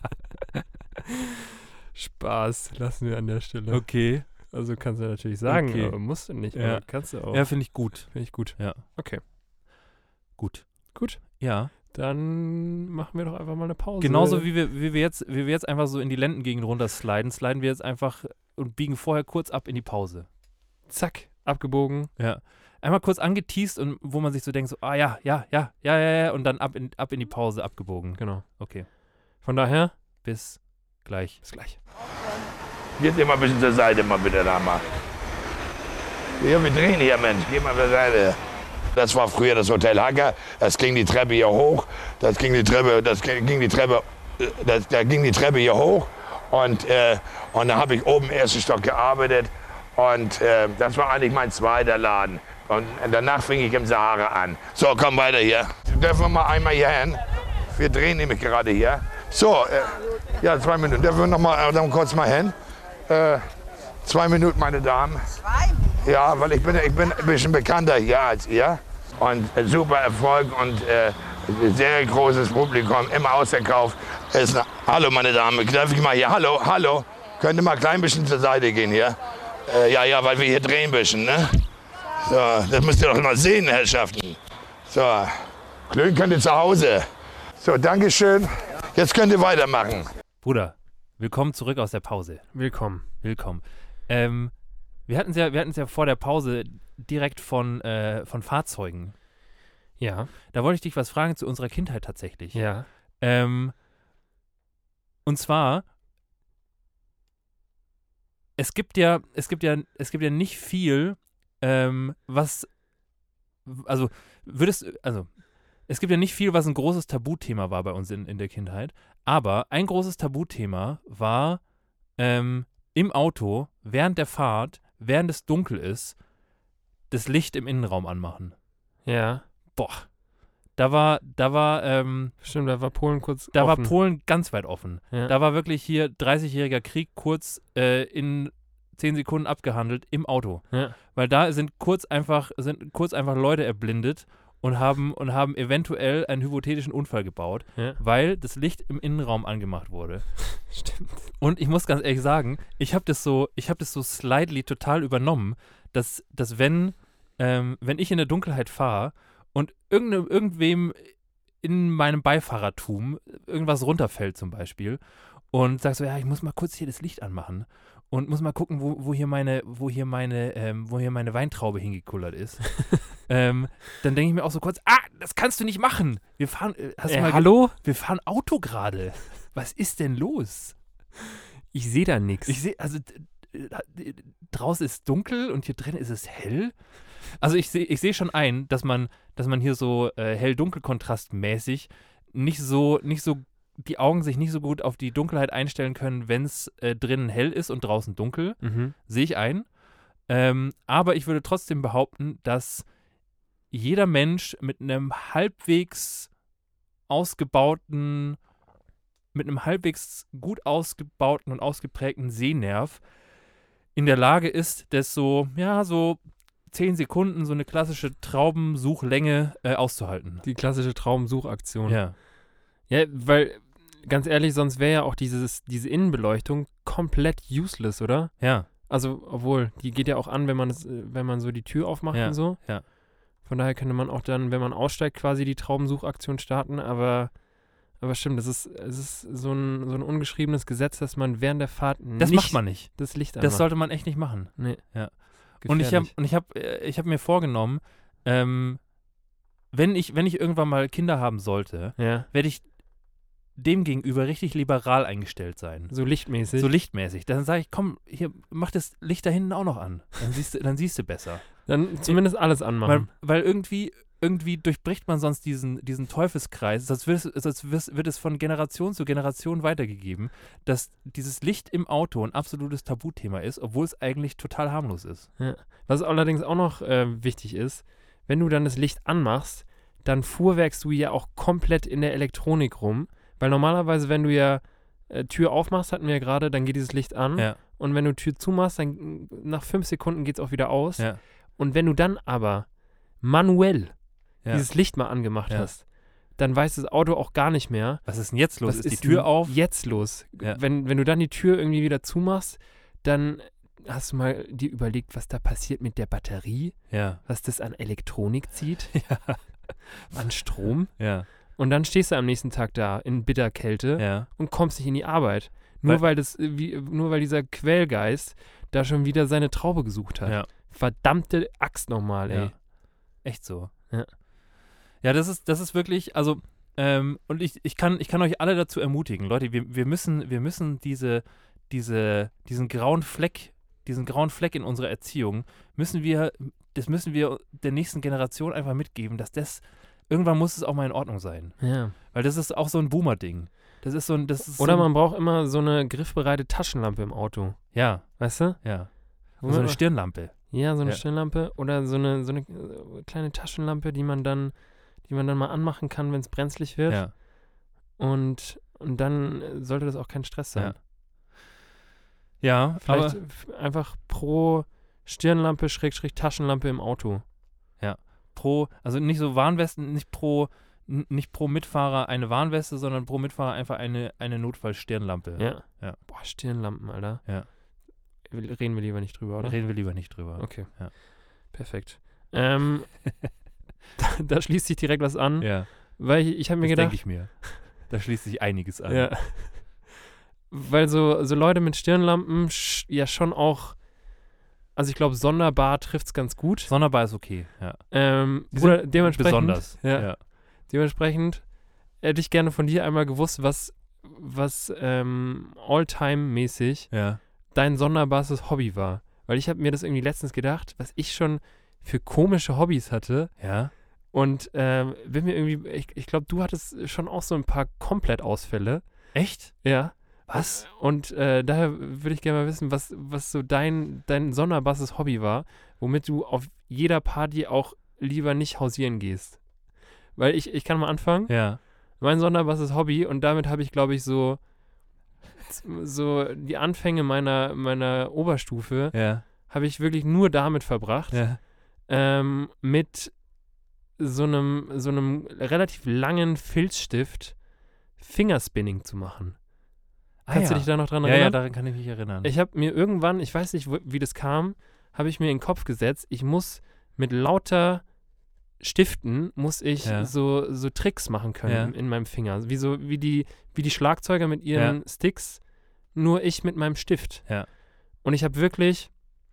Spaß, lassen wir an der Stelle. Okay. Also kannst du natürlich sagen, Okay. aber musst du nicht. Ja. Aber kannst du auch. Ja, finde ich gut. Finde ich gut. Ja. Okay. Gut. Gut. Ja. Dann machen wir doch einfach mal eine Pause. Genauso wie wir, wie wir jetzt, wie wir jetzt einfach so in die Lendengegend runtersliden, sliden wir jetzt einfach und biegen vorher kurz ab in die Pause. Zack, abgebogen. Ja. Einmal kurz angeteased und wo man sich so denkt, so, ah ja, ja, ja, ja, ja, ja, und dann ab in, ab in die Pause abgebogen. Genau. Okay. Von daher, Bis gleich. bis gleich. Jetzt immer ein bisschen zur Seite mal bitte da mal. Ja, wir drehen hier, Mensch. Geh mal zur Seite. Das war früher das Hotel Hacker. Das ging die Treppe hier hoch. Das ging die Treppe, das ging die Treppe, äh, das, da ging die Treppe hier hoch. Und, äh, und da habe ich oben im ersten Stock gearbeitet. Und äh, das war eigentlich mein zweiter Laden. Und danach fing ich im Sahara an. So, komm weiter hier. Dürfen wir mal einmal hier hin? Wir drehen nämlich gerade hier. So, äh, ja, zwei Minuten. Dürfen wir noch mal, äh, dann kurz mal hin? Äh, zwei Minuten, meine Damen. Ja, weil ich bin, ich bin ein bisschen bekannter hier als ihr. Und äh, super Erfolg und äh, sehr großes Publikum, immer ausverkauft. Ist eine, hallo, meine Damen, darf ich mal hier? Hallo, hallo. Könnt ihr mal ein klein bisschen zur Seite gehen hier? Äh, ja, ja, weil wir hier drehen müssen, ne? So, das müsst ihr doch mal sehen, Herrschaften. So, Glühen könnt ihr zu Hause. So, Dankeschön. Jetzt könnt ihr weitermachen. Bruder, willkommen zurück aus der Pause. Willkommen. Willkommen. Ähm, wir hatten es ja, wir hatten's ja vor der Pause direkt von, äh, von Fahrzeugen. Ja. Da wollte ich dich was fragen zu unserer Kindheit tatsächlich. Ja. Ähm, und zwar, es gibt ja, es gibt ja, es gibt ja nicht viel, ähm, was, also würdest, also es gibt ja nicht viel, was ein großes Tabuthema war bei uns in, in der Kindheit, aber ein großes Tabuthema war ähm, im Auto, während der Fahrt, während es dunkel ist, das Licht im Innenraum anmachen. Ja. Boah, da war, da war, ähm, Stimmt, da war Polen kurz da offen. war Polen ganz weit offen. Ja. Da war wirklich hier dreißigjähriger Krieg kurz äh, in zehn Sekunden abgehandelt im Auto. Ja. Weil da sind kurz einfach, sind kurz einfach Leute erblindet und haben, und haben eventuell einen hypothetischen Unfall gebaut, Ja. weil das Licht im Innenraum angemacht wurde. Stimmt. Und ich muss ganz ehrlich sagen, ich habe das so, ich habe das so slightly total übernommen, dass, dass wenn, ähm, wenn ich in der Dunkelheit fahre und irgende, irgendwem in meinem Beifahrertum irgendwas runterfällt zum Beispiel und sagst so, ja, ich muss mal kurz hier das Licht anmachen und muss mal gucken, wo, wo hier meine, wo hier meine, ähm, wo hier meine Weintraube hingekullert ist, ähm, dann denke ich mir auch so kurz, ah, das kannst du nicht machen. Wir fahren, äh, hast du Äh, mal ge- hallo? wir fahren Auto gerade. Was ist denn los? Ich sehe da nichts. Ich sehe, also d- d- draußen ist dunkel und hier drin ist es hell. Also ich sehe ich seh schon ein, dass man, dass man hier so äh, hell-dunkel-kontrastmäßig nicht so, nicht so, die Augen sich nicht so gut auf die Dunkelheit einstellen können, wenn es äh, drinnen hell ist und draußen dunkel. Mhm. Sehe ich ein. Ähm, aber ich würde trotzdem behaupten, dass jeder Mensch mit einem halbwegs ausgebauten, mit einem halbwegs gut ausgebauten und ausgeprägten Sehnerv in der Lage ist, das so, ja, so zehn Sekunden, so eine klassische Traubensuchlänge äh, auszuhalten. Die klassische Traumsuchaktion. Ja. Ja, weil, ganz ehrlich, sonst wäre ja auch dieses, diese Innenbeleuchtung komplett useless, oder? Ja. Also, obwohl, die geht ja auch an, wenn man es, äh, wenn man so die Tür aufmacht Ja, und so. ja. Von daher könnte man auch dann, wenn man aussteigt, quasi die Traubensuchaktion starten, aber, aber stimmt, das ist, es ist so ein, so ein ungeschriebenes Gesetz, dass man während der Fahrt Das nicht macht man nicht. das Licht anmacht. Das sollte man echt nicht machen. Nee. Ja. Und ich habe Gefährlich. und ich habe äh, ich habe mir vorgenommen, ähm, wenn ich wenn ich irgendwann mal Kinder haben sollte, Ja, werde ich dem gegenüber richtig liberal eingestellt sein. so lichtmäßig. So lichtmäßig. Dann sage ich, komm, hier, mach das Licht da hinten auch noch an. Dann siehst du, dann siehst du besser. Dann zumindest alles Weil, anmachen. weil irgendwie, irgendwie durchbricht man sonst diesen, diesen Teufelskreis, sonst wird, es, sonst wird wird es von Generation zu Generation weitergegeben, dass dieses Licht im Auto ein absolutes Tabuthema ist, obwohl es eigentlich total harmlos ist. Was allerdings auch noch äh, wichtig ist, wenn du dann das Licht anmachst, dann fuhrwerkst du ja auch komplett in der Elektronik rum, weil normalerweise, wenn du ja äh, Tür aufmachst, hatten wir ja gerade, dann geht dieses Licht an Ja, und wenn du Tür zumachst, dann äh, nach fünf Sekunden geht es auch wieder aus. ja, Und wenn du dann aber manuell ja. dieses Licht mal angemacht Ja. hast, dann weiß das Auto auch gar nicht mehr, Was ist denn jetzt los? was Ist, die Tür denn auf? jetzt los? Ja. Wenn, wenn du dann die Tür irgendwie wieder zumachst, dann hast du mal dir überlegt, was da passiert mit der Batterie, Ja, was das an Elektronik zieht, ja, an Strom. ja, Und dann stehst du am nächsten Tag da in Bitterkälte ja. und kommst nicht in die Arbeit. Nur Weil- weil, das, äh, wie, nur weil dieser Quälgeist da schon wieder seine Traube gesucht hat. Ja. Verdammte Axt nochmal, ey. Ja. Echt so. Ja. Ja, das ist, das ist wirklich, also, ähm, und ich, ich, kann, ich kann euch alle dazu ermutigen, Leute, wir, wir müssen, wir müssen diese, diese, diesen grauen Fleck, diesen grauen Fleck in unserer Erziehung, müssen wir, das müssen wir der nächsten Generation einfach mitgeben, dass das, irgendwann muss es auch mal in Ordnung sein. Ja. Weil das ist auch so ein Boomer-Ding. Das ist so ein, das ist Oder so ein, man braucht immer so eine griffbereite Taschenlampe im Auto. ja, Weißt du? ja. Wo So man- eine Stirnlampe. Ja, so eine Ja. Stirnlampe oder so eine, so eine äh, kleine Taschenlampe, die man dann, die man dann mal anmachen kann, wenn es brenzlig wird. Ja. Und, und dann äh, sollte das auch kein Stress sein. Ja, Vielleicht aber f- einfach pro Stirnlampe, Schrägstrich Taschenlampe im Auto. pro, also nicht so Warnwesten, nicht pro, n- nicht pro Mitfahrer eine Warnweste, sondern pro Mitfahrer einfach eine, eine Notfall-Stirnlampe. Ja. Ja. Boah, Stirnlampen, Alter. Ja. reden wir lieber nicht drüber, oder? Reden wir lieber nicht drüber. Okay. Ja. Perfekt. Ähm, da, da schließt sich direkt was an, Ja, weil ich, ich habe mir das gedacht, denke ich mir. Da schließt sich einiges an. ja, weil so, so Leute mit Stirnlampen sch, ja schon auch, also ich glaube, sonderbar trifft es ganz gut. Sonderbar ist okay, ja. Ähm, Die oder sind dementsprechend, besonders. Ja, ja. dementsprechend hätte ich gerne von dir einmal gewusst, was, was ähm, All-Time-mäßig Ja. dein sonderbares Hobby war. Weil ich habe mir das irgendwie letztens gedacht, was ich schon für komische Hobbys hatte. Ja. Und ähm, bin mir irgendwie, ich, ich glaube, du hattest schon auch so ein paar Komplettausfälle. Echt? Ja. Was? Und äh, daher würde ich gerne mal wissen, was, was so dein, dein sonderbares Hobby war, womit du auf jeder Party auch lieber nicht hausieren gehst. Weil ich, ich kann mal anfangen. Ja. Mein sonderbares Hobby, und damit habe ich, glaube ich, so, so die Anfänge meiner, meiner Oberstufe, Ja. habe ich wirklich nur damit verbracht, Ja. ähm, mit so einem, so einem relativ langen Filzstift Fingerspinning zu machen. Ah, Kannst ja. du dich da noch dran Ja, ja, erinnern? daran kann ich mich erinnern. Ich habe mir irgendwann, ich weiß nicht, wo, wie das kam, habe ich mir in den Kopf gesetzt, ich muss mit lauter Stiften, muss ich Ja. so, so Tricks machen können Ja. in meinem Finger. Wie, so, wie, die, wie die Schlagzeuger mit ihren Ja. Sticks, nur ich mit meinem Stift. Ja. Und ich habe wirklich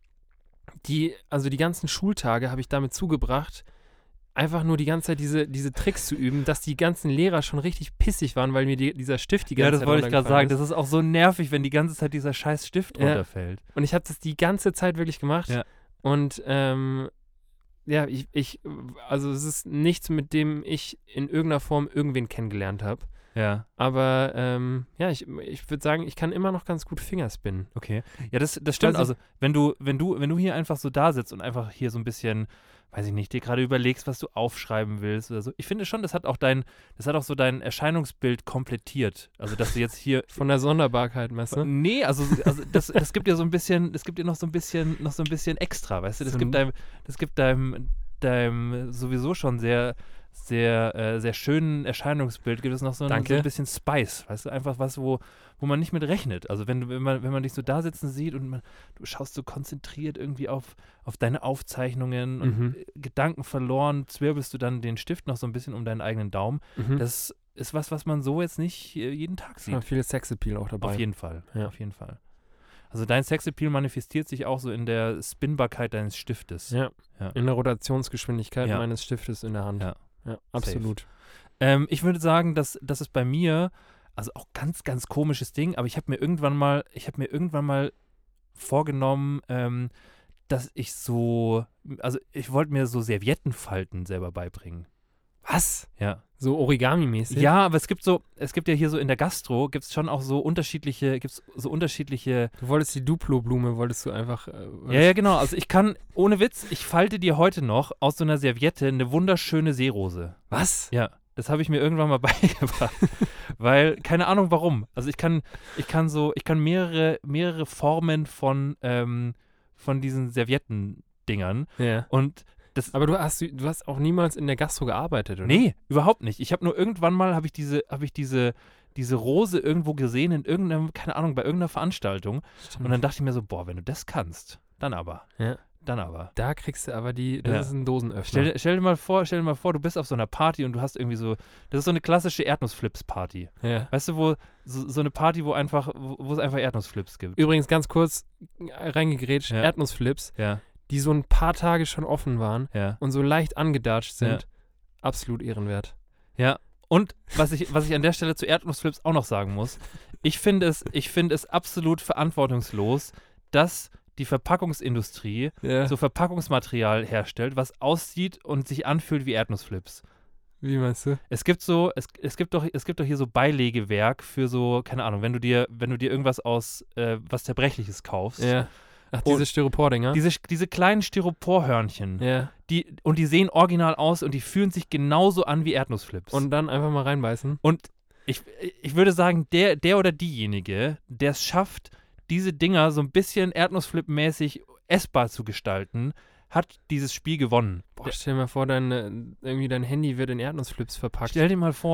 die, also die ganzen Schultage habe ich damit zugebracht, einfach nur die ganze Zeit diese, diese Tricks zu üben, dass die ganzen Lehrer schon richtig pissig waren, weil mir die, dieser Stift die ganze ja, das Zeit wollte ich gerade runtergefallen sagen. ist. Das ist auch so nervig, wenn die ganze Zeit dieser scheiß Stift Ja. runterfällt. Und ich habe das die ganze Zeit wirklich gemacht. Ja. Und ähm, ja, ich, ich, also es ist nichts, mit dem ich in irgendeiner Form irgendwen kennengelernt habe. Ja. Aber ähm, ja, ich, ich würde sagen, ich kann immer noch ganz gut Fingerspinnen. Okay. Ja, das, das stimmt. Also- Also, wenn du, wenn du, wenn du hier einfach so da sitzt und einfach hier so ein bisschen, weiß ich nicht, dir gerade überlegst, was du aufschreiben willst oder so. Ich finde schon, das hat auch dein, das hat auch so dein Erscheinungsbild komplettiert. Also, dass du jetzt hier. Von der Sonderbarkeit, weißt du? Nee, also, also das, das gibt dir so ein bisschen, das gibt dir noch so ein bisschen, noch so ein bisschen extra, weißt du? Das So gibt ein- deinem, das gibt deinem, deinem sowieso schon sehr, sehr, äh, sehr schönen Erscheinungsbild, gibt es noch so ein, Danke. so ein bisschen Spice, weißt du? Einfach was, wo, wo man nicht mit rechnet. Also wenn du, wenn man, wenn man dich so da sitzen sieht und man, du schaust so konzentriert irgendwie auf, auf deine Aufzeichnungen und Mhm. äh, Gedanken verloren, zwirbelst du dann den Stift noch so ein bisschen um deinen eigenen Daumen. Mhm. Das ist was, was man so jetzt nicht äh, jeden Tag sieht. Ja, viel Sexappeal auch dabei. Auf jeden Fall, Ja. auf jeden Fall. Also dein Sexappeal manifestiert sich auch so in der Spinbarkeit deines Stiftes. Ja. Ja. In der Rotationsgeschwindigkeit Ja. meines Stiftes in der Hand. Ja. Ja, absolut. Ähm, ich würde sagen, dass das ist bei mir, also auch ganz, ganz komisches Ding, aber ich habe mir irgendwann mal, ich habe mir irgendwann mal vorgenommen, ähm, dass ich so, also ich wollte mir so Serviettenfalten selber beibringen. Was? Ja. So Origami-mäßig? Ja, aber es gibt so, es gibt ja hier so in der Gastro, gibt es schon auch so unterschiedliche, gibt es so unterschiedliche. Du wolltest die Duplo-Blume, wolltest du einfach. Äh, Ja, ja, genau. Also ich kann, ohne Witz, ich falte dir heute noch aus so einer Serviette eine wunderschöne Seerose. Was? Ja, das habe ich mir irgendwann mal beigebracht. Weil, keine Ahnung warum. Also ich kann, ich kann so, ich kann mehrere, mehrere Formen von, ähm, von diesen Serviettendingern. Ja. Und das. Aber du hast, du hast auch niemals in der Gastro gearbeitet, oder? Nee, überhaupt nicht. Ich habe nur irgendwann mal, habe ich diese, habe ich diese, diese Rose irgendwo gesehen in irgendeinem, keine Ahnung, bei irgendeiner Veranstaltung. Stimmt. Und dann dachte ich mir so, boah, wenn du das kannst, dann aber. Ja. Dann aber. Da kriegst du aber die, das Ja. ist ein Dosenöffner. Stell, stell dir mal vor, stell dir mal vor, du bist auf so einer Party und du hast irgendwie so, das ist so eine klassische Erdnussflips-Party. ja. Weißt du, wo so, so eine Party, wo einfach, wo, wo es einfach Erdnussflips gibt. Übrigens ganz kurz äh, reingegrätscht, Ja. Erdnussflips, Ja, die so ein paar Tage schon offen waren ja, und so leicht angedatscht sind, Ja. absolut ehrenwert. ja. Und was ich, was ich an der Stelle zu Erdnussflips auch noch sagen muss, ich finde es, ich finde es absolut verantwortungslos, dass die Verpackungsindustrie Ja. so Verpackungsmaterial herstellt, was aussieht und sich anfühlt wie Erdnussflips. Wie meinst du? Es gibt so, es, es gibt doch, es gibt doch hier so Beilegewerk für so, keine Ahnung, wenn du dir, wenn du dir irgendwas aus äh, was Zerbrechliches kaufst. Ja. Ach, diese Und Styropor-Dinger? Diese, diese kleinen Styroporhörnchen, Ja. die, und die sehen original aus und die fühlen sich genauso an wie Erdnussflips. Und dann einfach mal reinbeißen. Und ich, ich würde sagen, der, der oder diejenige, der es schafft, diese Dinger so ein bisschen Erdnussflip-mäßig essbar zu gestalten, hat dieses Spiel gewonnen. Boah, stell dir mal vor, dein, äh, irgendwie dein Handy wird in Erdnussflips verpackt. Stell dir mal vor,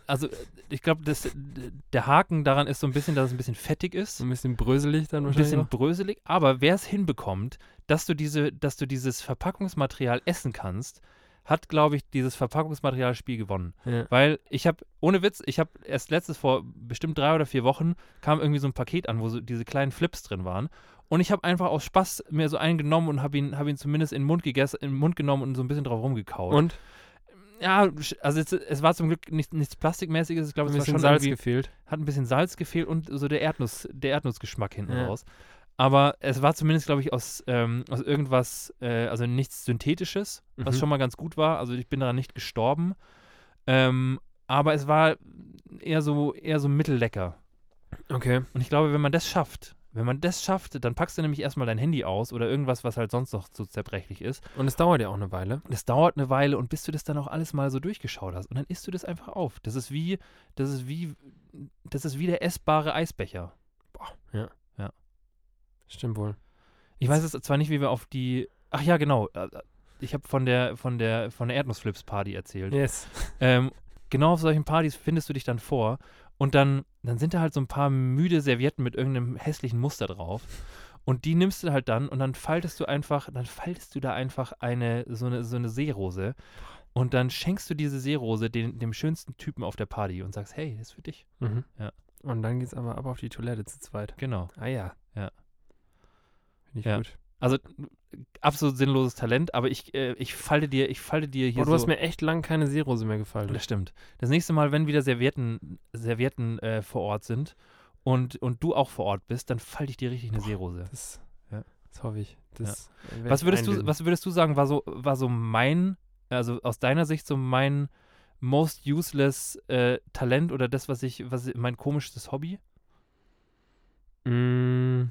also ich glaube, der Haken daran ist so ein bisschen, dass es ein bisschen fettig ist. So ein bisschen bröselig dann Ein wahrscheinlich. bisschen auch. bröselig, aber wer es hinbekommt, dass du diese, dass du dieses Verpackungsmaterial essen kannst, hat, glaube ich, dieses Verpackungsmaterialspiel gewonnen. Ja. Weil ich habe, ohne Witz, ich habe erst letztes, vor bestimmt drei oder vier Wochen, kam irgendwie so ein Paket an, wo so diese kleinen Flips drin waren. Und ich habe einfach aus Spaß mir so einen genommen und habe ihn, hab ihn zumindest in den Mund gegessen, in den Mund genommen und so ein bisschen drauf rumgekaut. Und? Ja, also es, es war zum Glück nicht, nichts Plastikmäßiges. Ich glaube, Ein es war bisschen schon Salz irgendwie- gefehlt. hat ein bisschen Salz gefehlt und so der Erdnuss, der Erdnussgeschmack hinten Ja. raus. Aber es war zumindest, glaube ich, aus, ähm, aus irgendwas, äh, also nichts Synthetisches, was Mhm. schon mal ganz gut war. Also ich bin daran nicht gestorben. Ähm, aber es war eher so, eher so mittellecker. Okay. Und ich glaube, wenn man das schafft, wenn man das schafft, dann packst du nämlich erstmal dein Handy aus oder irgendwas, was halt sonst noch so zerbrechlich ist. Und es dauert ja auch eine Weile. Und es dauert eine Weile und bis du das dann auch alles mal so durchgeschaut hast. Und dann isst du das einfach auf. Das ist wie, das ist wie, das ist wie der essbare Eisbecher. Stimmt wohl. Ich weiß jetzt zwar nicht, wie wir auf die. Ach ja, genau. äh, Ich habe von der, von der, von der Erdnussflips-Party erzählt. Yes. Ähm, genau auf solchen Partys findest du dich dann vor und dann, dann sind da halt so ein paar müde Servietten mit irgendeinem hässlichen Muster drauf. Und die nimmst du halt dann und dann faltest du einfach, dann faltest du da einfach eine, so eine, so eine Seerose und dann schenkst du diese Seerose den, dem schönsten Typen auf der Party und sagst, hey, das ist für dich. Mhm. Ja. Und dann geht's aber ab auf die Toilette zu zweit. Genau. Ah ja. Ja. Finde ich Ja. gut. Also absolut sinnloses Talent, aber ich, äh, ich falte dir, ich falte dir hier Boah, du so. hast mir echt lang keine Seerose mehr gefallen. Das stimmt. Das nächste Mal, wenn wieder Servietten, Servietten äh, vor Ort sind und, und du auch vor Ort bist, dann falte ich dir richtig eine Seerose. Das, Ja. das hoffe ich. Das werd Was ich würdest du, einlösen. was würdest du sagen, war so, war so mein, also aus deiner Sicht so mein most useless äh, Talent oder das, was ich, was mein komischstes Hobby? Mm,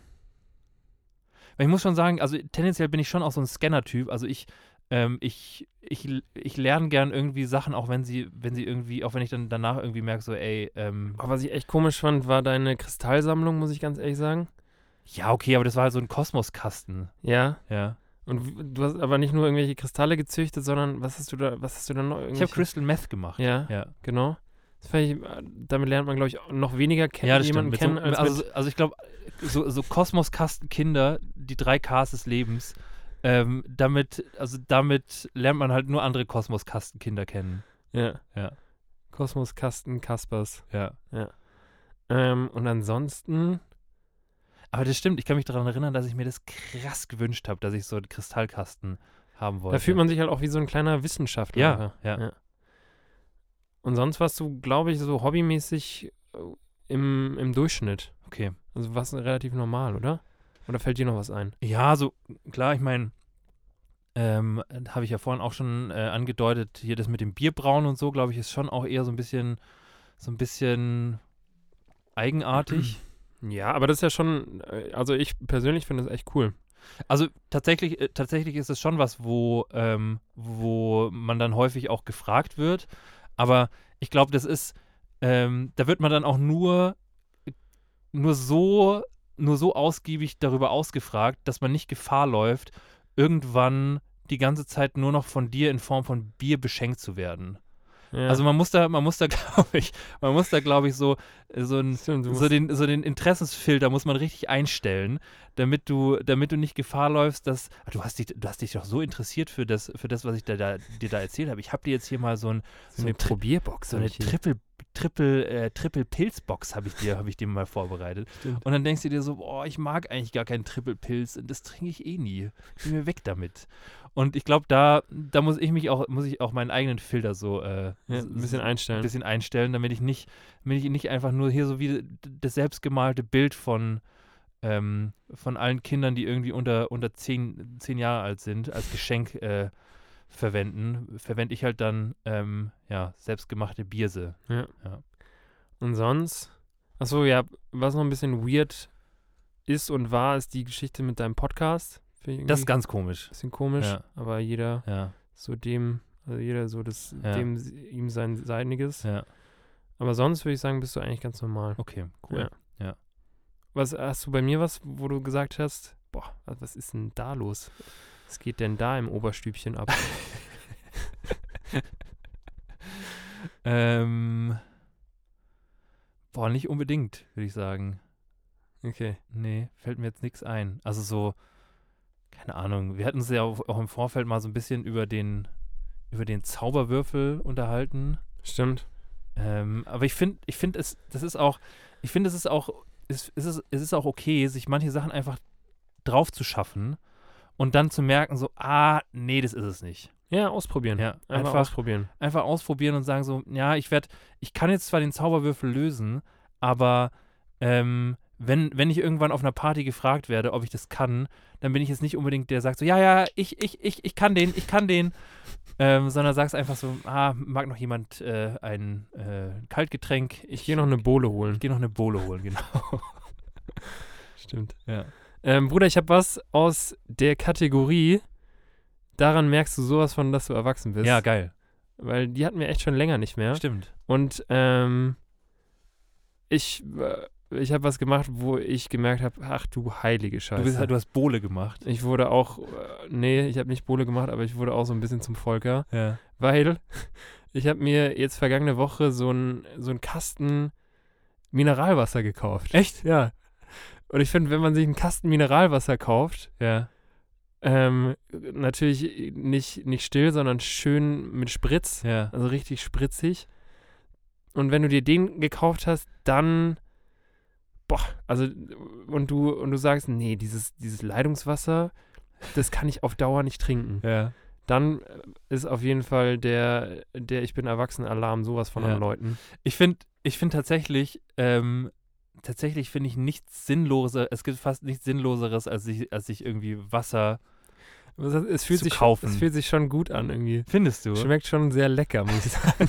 Weil ich muss schon sagen, also tendenziell bin ich schon auch so ein Scanner-Typ. Also ich, ähm, ich, ich, ich lerne gern irgendwie Sachen, auch wenn sie, wenn sie irgendwie, auch wenn ich dann danach irgendwie merke, so, ey, ähm, aber was ich echt komisch fand, war deine Kristallsammlung, muss ich ganz ehrlich sagen. ja, okay, aber das war halt so ein Kosmoskasten. Ja. Ja. Und w- du hast aber nicht nur irgendwelche Kristalle gezüchtet, sondern was hast du da, was hast du da noch? Ich habe Irgendwelche- Crystal Meth gemacht. Ja, Ja, genau. Das fand ich, äh, damit lernt man, glaube ich, auch noch weniger kennen, ja das jemanden stimmt. Mit kennen, so, als also, mit, also ich glaube, so, so Kosmoskasten-Kinder, die drei Ks des Lebens, ähm, damit, also damit lernt man halt nur andere Kosmoskasten-Kinder kennen. ja. Ja. Kosmos, Kasten, Kaspers. Ja. Ähm, und ansonsten, Aber das stimmt, ich kann mich daran erinnern, dass ich mir das krass gewünscht habe, dass ich so einen Kristallkasten haben wollte. da fühlt man sich halt auch wie so ein kleiner Wissenschaftler. Ja, ja. ja. Und sonst warst du, glaube ich, so hobbymäßig äh, im, im Durchschnitt. Okay. Also warst du relativ normal, oder? Oder fällt dir noch was ein? Ja, so, klar, ich meine, ähm, habe ich ja vorhin auch schon äh, angedeutet, hier das mit dem Bierbrauen und so, glaube ich, ist schon auch eher so ein bisschen, so ein bisschen eigenartig. Ja, aber das ist ja schon, äh, also ich persönlich finde das echt cool. Also tatsächlich, äh, tatsächlich ist es schon was, wo, ähm, wo man dann häufig auch gefragt wird. Aber ich glaube, das ist, ähm, da wird man dann auch nur, nur so, nur so ausgiebig darüber ausgefragt, dass man nicht Gefahr läuft, irgendwann die ganze Zeit nur noch von dir in Form von Bier beschenkt zu werden. Ja. Also man muss da, man muss da, glaube ich, man muss da, glaube ich, so, so ein Stimmt, du so musst- den, so den Interessensfilter muss man richtig einstellen, damit du, damit du nicht Gefahr läufst, dass ah, du hast dich, du hast dich doch so interessiert für das, für das, was ich da, da, dir da erzählt habe. Ich habe dir jetzt hier mal so, ein, so eine Tri- Probierbox. so eine hab ich hier. Triple, Triple, äh, Triple Pilzbox habe ich dir, habe ich dir mal vorbereitet. Stimmt. Und dann denkst du dir so, boah, ich mag eigentlich gar keinen Triple Pilz und das trinke ich eh nie. Geh mir weg damit. Und ich glaube, da, da muss ich mich auch, muss ich auch meinen eigenen Filter so äh, Ja, so- ein bisschen einstellen. ein bisschen einstellen, damit ich nicht, damit ich nicht einfach nur hier so wie d- das selbstgemalte Bild von, ähm, von allen Kindern, die irgendwie unter, unter zehn, zehn Jahre alt sind, als Geschenk äh, verwenden, verwende ich halt dann ähm, ja, selbstgemachte Bierse. Und sonst, achso, ja, was noch ein bisschen weird ist und war, ist die Geschichte mit deinem Podcast. Finde ich Das ist irgendwie ganz komisch. ein bisschen komisch, Ja. aber jeder Ja, so dem, also jeder so das, Ja. dem s- ihm sein Seiniges. ja, Aber sonst würde ich sagen, bist du eigentlich ganz normal. okay, cool. Ja. Ja. Was, hast du bei mir was, wo du gesagt hast, boah, was, was ist denn da los? Was geht denn da im Oberstübchen ab? Ähm, Boah, nicht unbedingt, würde ich sagen. Okay. Nee, fällt mir jetzt nichts ein. Also so, keine Ahnung, wir hatten uns ja auch, auch im Vorfeld mal so ein bisschen über den, über den Zauberwürfel unterhalten. Stimmt. Ähm, aber ich finde, ich finde es, das ist auch, ich finde, es ist auch, es, es, ist, es ist auch okay, sich manche Sachen einfach drauf zu schaffen und dann zu merken, so, ah, nee, das ist es nicht. Ja, ausprobieren. Ja, Einfach, einfach, ausprobieren. einfach ausprobieren und sagen so, ja, ich werde, ich kann jetzt zwar den Zauberwürfel lösen, aber ähm, wenn, wenn ich irgendwann auf einer Party gefragt werde, ob ich das kann, dann bin ich jetzt nicht unbedingt der, der sagt so, ja, ja, ich, ich, ich, ich kann den, ich kann den, ähm, sondern sagst einfach so, ah, mag noch jemand äh, ein äh, Kaltgetränk? Ich gehe noch eine Bohle holen. Ich gehe noch eine Bohle holen, genau. Stimmt. Ja. Ähm, Bruder, ich habe was aus der Kategorie, daran merkst du sowas von, dass du erwachsen bist. Ja, geil. Weil die hatten wir echt schon länger nicht mehr. Stimmt. Und ähm, ich, äh, ich habe was gemacht, wo ich gemerkt habe, ach du heilige Scheiße. Du, bist, halt- du hast Bohle gemacht. Ich wurde auch, äh, nee, ich habe nicht Bohle gemacht, aber ich wurde auch so ein bisschen zum Volker. Ja. Weil ich habe mir jetzt vergangene Woche so einen so einen Kasten Mineralwasser gekauft. Echt? Ja. Und ich finde, wenn man sich einen Kasten Mineralwasser kauft, Ja. ähm, natürlich nicht, nicht still, sondern schön mit Spritz, Ja. also richtig spritzig. Und wenn du dir den gekauft hast, dann, boah, also, und du, und du sagst, nee, dieses, dieses Leitungswasser, das kann ich auf Dauer nicht trinken. Ja. Dann ist auf jeden Fall der, der Ich bin erwachsen Alarm sowas von Ja. an Leuten. Ich finde ich find tatsächlich, ähm, tatsächlich finde ich nichts Sinnloser, es gibt fast nichts Sinnloseres, als sich, als sich irgendwie Wasser, Es, es, fühlt Zu sich, kaufen. es fühlt sich schon gut an irgendwie. findest du? Schmeckt schon sehr lecker, muss ich sagen.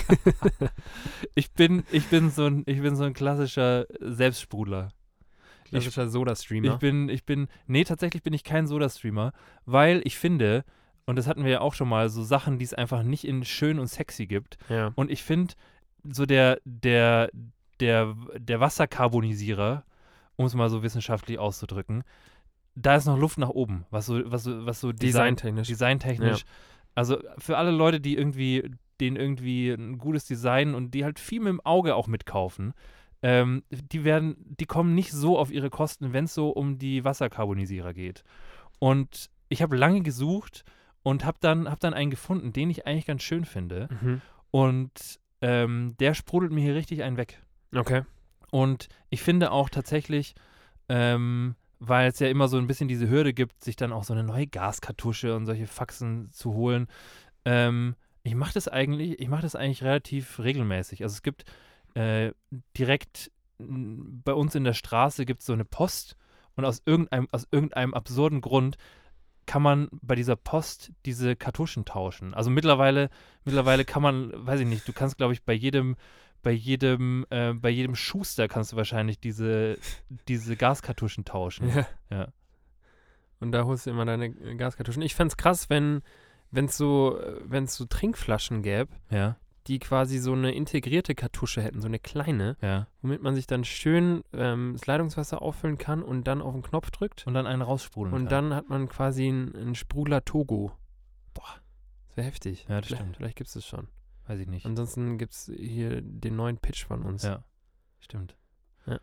Ich bin, ich bin so ein, ich bin so ein klassischer Selbstsprudler. Klassischer Soda-Streamer. Ich bin, ich bin, nee, tatsächlich bin ich kein Soda-Streamer, weil ich finde, und das hatten wir ja auch schon mal, so Sachen, die es einfach nicht in schön und sexy gibt. Ja. Und ich finde, so der, der, der, der Wasserkarbonisierer, um es mal so wissenschaftlich auszudrücken, da ist noch Luft nach oben, was so, was so, was so Design, Designtechnisch. designtechnisch. Also für alle Leute, die irgendwie, denen irgendwie ein gutes Design und die halt viel mit dem Auge auch mitkaufen, ähm, die werden, die kommen nicht so auf ihre Kosten, wenn es so um die Wasserkarbonisierer geht. Und ich habe lange gesucht und habe dann, hab dann einen gefunden, den ich eigentlich ganz schön finde. Mhm. Und ähm, der sprudelt mir hier richtig einen weg. Okay. Und ich finde auch tatsächlich, ähm, weil es ja immer so ein bisschen diese Hürde gibt, sich dann auch so eine neue Gaskartusche und solche Faxen zu holen. Ähm, ich mache das eigentlich, ich mache das eigentlich relativ regelmäßig. Also es gibt äh, direkt m, bei uns in der Straße gibt es so eine Post und aus irgendeinem, aus irgendeinem absurden Grund kann man bei dieser Post diese Kartuschen tauschen. Also mittlerweile, mittlerweile kann man, weiß ich nicht, du kannst, glaube ich, bei jedem Bei jedem, äh, bei jedem Schuster kannst du wahrscheinlich diese, diese Gaskartuschen tauschen. Ja. Ja. Und da holst du immer deine äh, Gaskartuschen. Ich fände es krass, wenn es so, äh, wenn's so Trinkflaschen gäbe, Ja, die quasi so eine integrierte Kartusche hätten, so eine kleine, ja. womit man sich dann schön ähm, das Leitungswasser auffüllen kann und dann auf den Knopf drückt. Und dann einen raussprudeln Und kann. dann hat man quasi einen, einen Sprudler Togo. Boah, das wäre heftig. Ja, das vielleicht, stimmt. Vielleicht gibt es das schon. Weiß ich nicht. Ansonsten gibt es hier den neuen Pitch von uns. Ja, stimmt. Ja.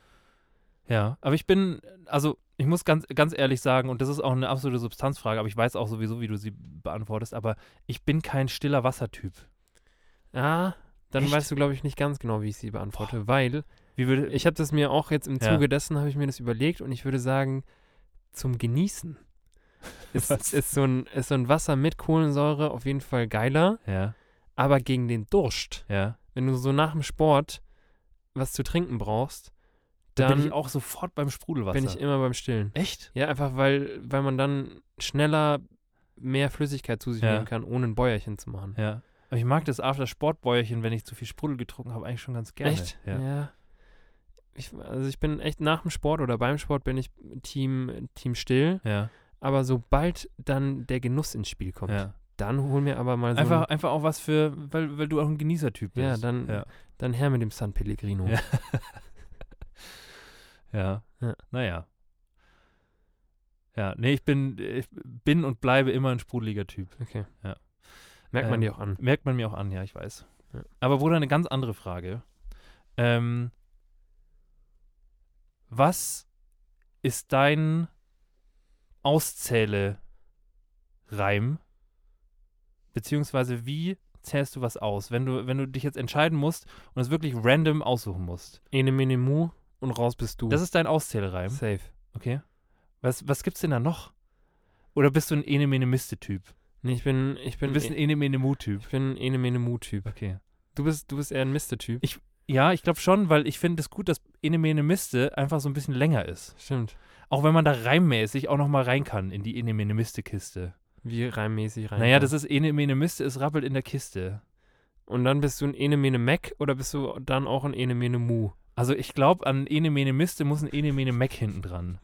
Ja, aber ich bin, also ich muss ganz, ganz ehrlich sagen, und das ist auch eine absolute Substanzfrage, aber ich weiß auch sowieso, wie du sie beantwortest, aber ich bin kein stiller Wassertyp. Ah, dann Echt? weißt du, glaube ich, nicht ganz genau, wie ich sie beantworte, weil Wie würde ich habe das mir auch jetzt im Ja. Zuge dessen, habe ich mir das überlegt und ich würde sagen, zum Genießen ist, Was? ist, so ein, ist so ein Wasser mit Kohlensäure auf jeden Fall geiler, Ja, aber gegen den Durst, ja. wenn du so nach dem Sport was zu trinken brauchst, Dann dann bin ich auch sofort beim Sprudelwasser. bin ich immer beim Stillen. Echt? Ja, einfach weil, weil man dann schneller mehr Flüssigkeit zu sich Ja. nehmen kann, ohne ein Bäuerchen zu machen. Ja. Aber ich mag das After-Sport-Bäuerchen, wenn ich zu viel Sprudel getrunken habe, eigentlich schon ganz gerne. Echt? Ja. Ich, also ich bin echt nach dem Sport oder beim Sport bin ich Team, Team still, Ja, aber sobald dann der Genuss ins Spiel kommt, ja. dann hol mir aber mal so Einfach, ein, einfach auch was für, weil, weil du auch ein Genießertyp bist. ja, dann, Ja. dann her mit dem San Pellegrino. Ja. Ja. Ja. Naja. Ja, nee, ich bin, ich bin und bleibe immer ein sprudeliger Typ. Okay. Ja. Merkt man Ähm, dir auch an. Merkt man mir auch an, ja, ich weiß. Ja. Aber Bruder, eine ganz andere Frage. Ähm, Was ist dein Auszähle-Reim? Beziehungsweise wie zählst du was aus, wenn du, wenn du dich jetzt entscheiden musst und es wirklich random aussuchen musst? Ene, mene, mu und raus bist du. Das ist dein Auszählreim. safe. Okay. Was, was gibt's denn da noch? Oder bist du ein Ene-Mene-Miste-Typ? Nee, ich bin, ich bin, Du bist ein Ene-Mene-Mu-Typ. ich bin ein Ene, mene, mu Typ. Okay. Du bist, du bist eher ein Mister-Typ. Ja, ich glaube schon, weil ich finde es gut, dass Ene-Mene-Miste einfach so ein bisschen länger ist. Stimmt. Auch wenn man da reimmäßig auch nochmal rein kann in die Ene-Mene-Miste-Kiste. Wie reimmäßig rein. Naja, das ist Ene-Mene-Miste, es rappelt in der Kiste. Und dann bist du ein Ene, mene, Mac oder bist du dann auch ein Ene, mene, mu? Also ich glaube, an Ene-Mene-Miste muss ein Ene-Mene-Mac hinten dran.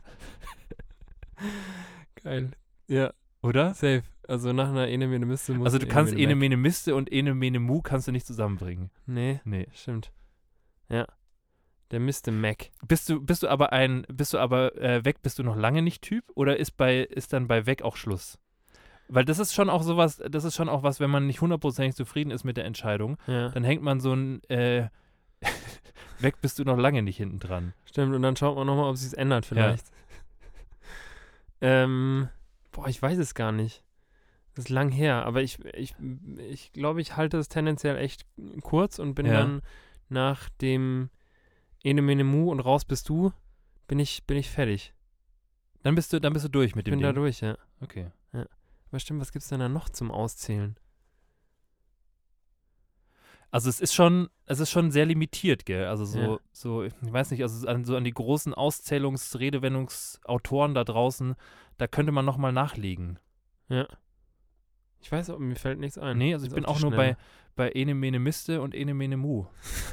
Geil. Ja, Oder? safe. Also nach einer Ene, mene, Miste muss Also ein du kannst Ene, mene, Mac. Ene-Mene-Miste und Ene-Mene-Mu kannst du nicht zusammenbringen. Nee, Nee. stimmt. Ja. Der Mister Mac. Bist du, bist du aber ein, bist du aber äh, weg, bist du noch lange nicht Typ oder ist bei, ist dann bei weg auch Schluss? Weil das ist schon auch sowas, das ist schon auch was, wenn man nicht hundertprozentig zufrieden ist mit der Entscheidung, Ja. dann hängt man so ein äh, weg bist du noch lange nicht hinten dran. Stimmt, und dann schaut man nochmal, ob es sich ändert vielleicht. ähm, boah, ich weiß es gar nicht. Das ist lang her, aber ich, ich, ich glaube, ich halte es tendenziell echt kurz und bin Ja. dann nach dem Ene, mene, mu und raus bist du, bin ich, bin ich fertig. Dann bist du, dann bist du durch mit Ich dem bin da Ding. durch, ja. Okay. Aber stimmt, was gibt's denn da noch zum Auszählen? Also es ist schon, es ist schon sehr limitiert, gell? Also so, Ja. so, ich weiß nicht, also an, so an die großen Auszählungs-, Redewendungsautoren da draußen, da könnte man nochmal nachlegen. Ja. Ich weiß auch, mir fällt nichts ein. Nee, also ich Jetzt bin auf auch die nur Schnelle. bei, bei Ene Mene Miste und Ene Mene Mu.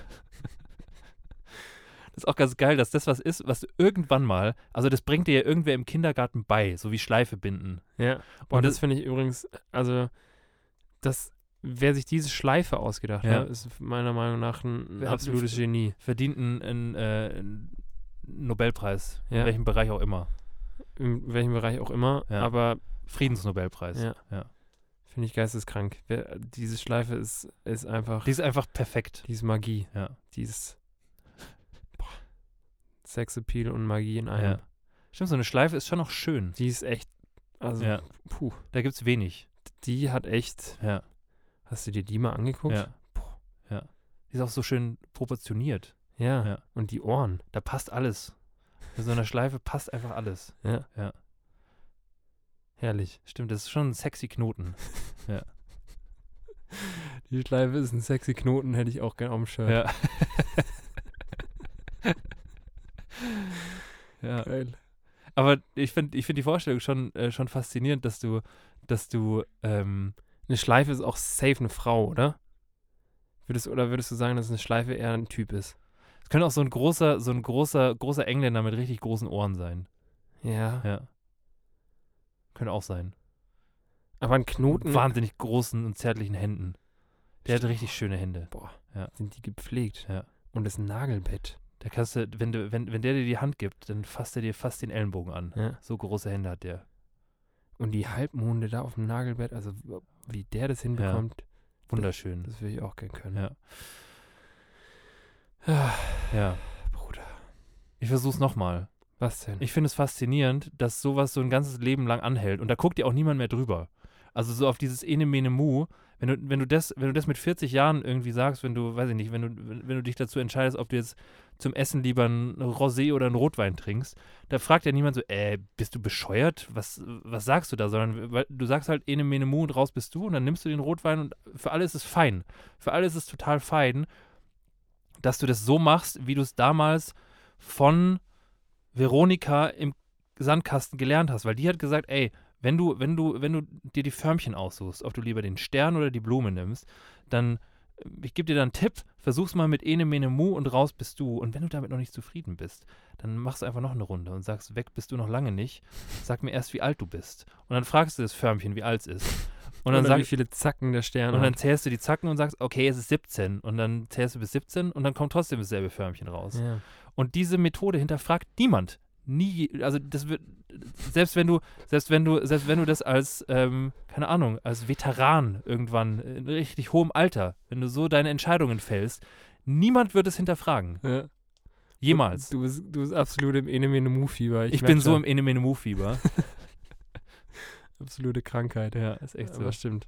Das ist auch ganz geil, dass das was ist, was du irgendwann mal, also das bringt dir ja irgendwer im Kindergarten bei, so wie Schleife binden. Ja. Boah, Und das das- finde ich übrigens, also, das, wer sich diese Schleife ausgedacht Ja. hat, ist meiner Meinung nach ein, ein Wer hat- absolutes Genie. Verdient einen, einen, äh, einen Nobelpreis, in Ja. welchem Bereich auch immer. In welchem Bereich auch immer, Ja. aber Friedensnobelpreis. Ja. Ja. finde ich geisteskrank. Wer, diese Schleife ist, ist einfach, Die ist einfach perfekt. die ist Magie. Ja. Die ist boah, Sexappeal und Magie in einem. Ja. Stimmt, so eine Schleife ist schon noch schön. Die ist echt, also, Ja. puh, Da gibt's wenig. die hat echt, Ja. hast du dir die mal angeguckt? Ja. Ja. Die ist auch so schön proportioniert. Ja. Ja. Und die Ohren. Da passt alles. Bei so einer Schleife passt einfach alles. Ja. Ja. Herrlich. Stimmt, das ist schon ein sexy Knoten. Die Schleife ist ein sexy Knoten, hätte ich auch gerne auf dem Shirt. Ja. ja. Geil. Aber ich finde ich find die Vorstellung schon, äh, schon faszinierend, dass du, dass du, ähm, Eine Schleife ist auch safe eine Frau, oder? Würdest, oder würdest du sagen, dass eine Schleife eher ein Typ ist? es könnte auch so ein großer, so ein großer, großer Engländer mit richtig großen Ohren sein. Ja. Ja. Könnte auch sein. Aber ein Knoten, Wahnsinnig großen und zärtlichen Händen. Der hat richtig schöne Hände. sind die gepflegt. Ja. Und das Nagelbett. Da kannst du, wenn du, wenn, wenn der dir die Hand gibt, dann fasst er dir fast den Ellenbogen an. Ja. So große Hände hat der. Und die Halbmonde da auf dem Nagelbett, also w- wie der das hinbekommt, Wunderschön. das würde ich auch gern können. Ja. Ah, Ja. Bruder. Ich versuch's nochmal. Was denn? Ich finde es faszinierend, dass sowas so ein ganzes Leben lang anhält. Und da guckt ja auch niemand mehr drüber. Also so auf dieses Ene Mene Mu, wenn du, wenn du das, wenn du das mit vierzig Jahren irgendwie sagst, wenn du, weiß ich nicht, wenn du, wenn, wenn du dich dazu entscheidest, ob du jetzt zum Essen lieber ein Rosé oder einen Rotwein trinkst, da fragt ja niemand so, äh, bist du bescheuert? Was, was sagst du da? Sondern weil du sagst halt Ene Mene Mu und raus bist du und dann nimmst du den Rotwein und für alle ist es fein. Für alle ist es total fein, dass du das so machst, wie du es damals von Veronika im Sandkasten gelernt hast, weil die hat gesagt, ey, wenn du, wenn du, wenn du dir die Förmchen aussuchst, ob du lieber den Stern oder die Blume nimmst, dann, äh, ich gebe dir dann einen Tipp, versuch's mal mit Ene Mene Mu und raus bist du. Und wenn du damit noch nicht zufrieden bist, dann machst du einfach noch eine Runde und sagst, weg bist du noch lange nicht. Sag mir erst, wie alt du bist. Und dann fragst du das Förmchen, wie alt es ist. Und dann, Oder wie sag, viele Zacken der Stern und dann hat. zählst du die Zacken und sagst, okay, es ist siebzehn. Und dann zählst du bis siebzehn und dann kommt trotzdem dasselbe Förmchen raus. Ja. Und diese Methode hinterfragt niemand. Nie, also das wird, selbst wenn du, selbst wenn du, selbst wenn du das als, ähm, keine Ahnung, als Veteran irgendwann in richtig hohem Alter, wenn du so deine Entscheidungen fällst, niemand wird es hinterfragen. Ja. Jemals. Du bist, du bist absolut im Ene-Mene-Mu-Fieber. Ich, ich bin so im Ene-Mene-Mu-Fieber. Absolute Krankheit. Ja, ist echt so. Das stimmt.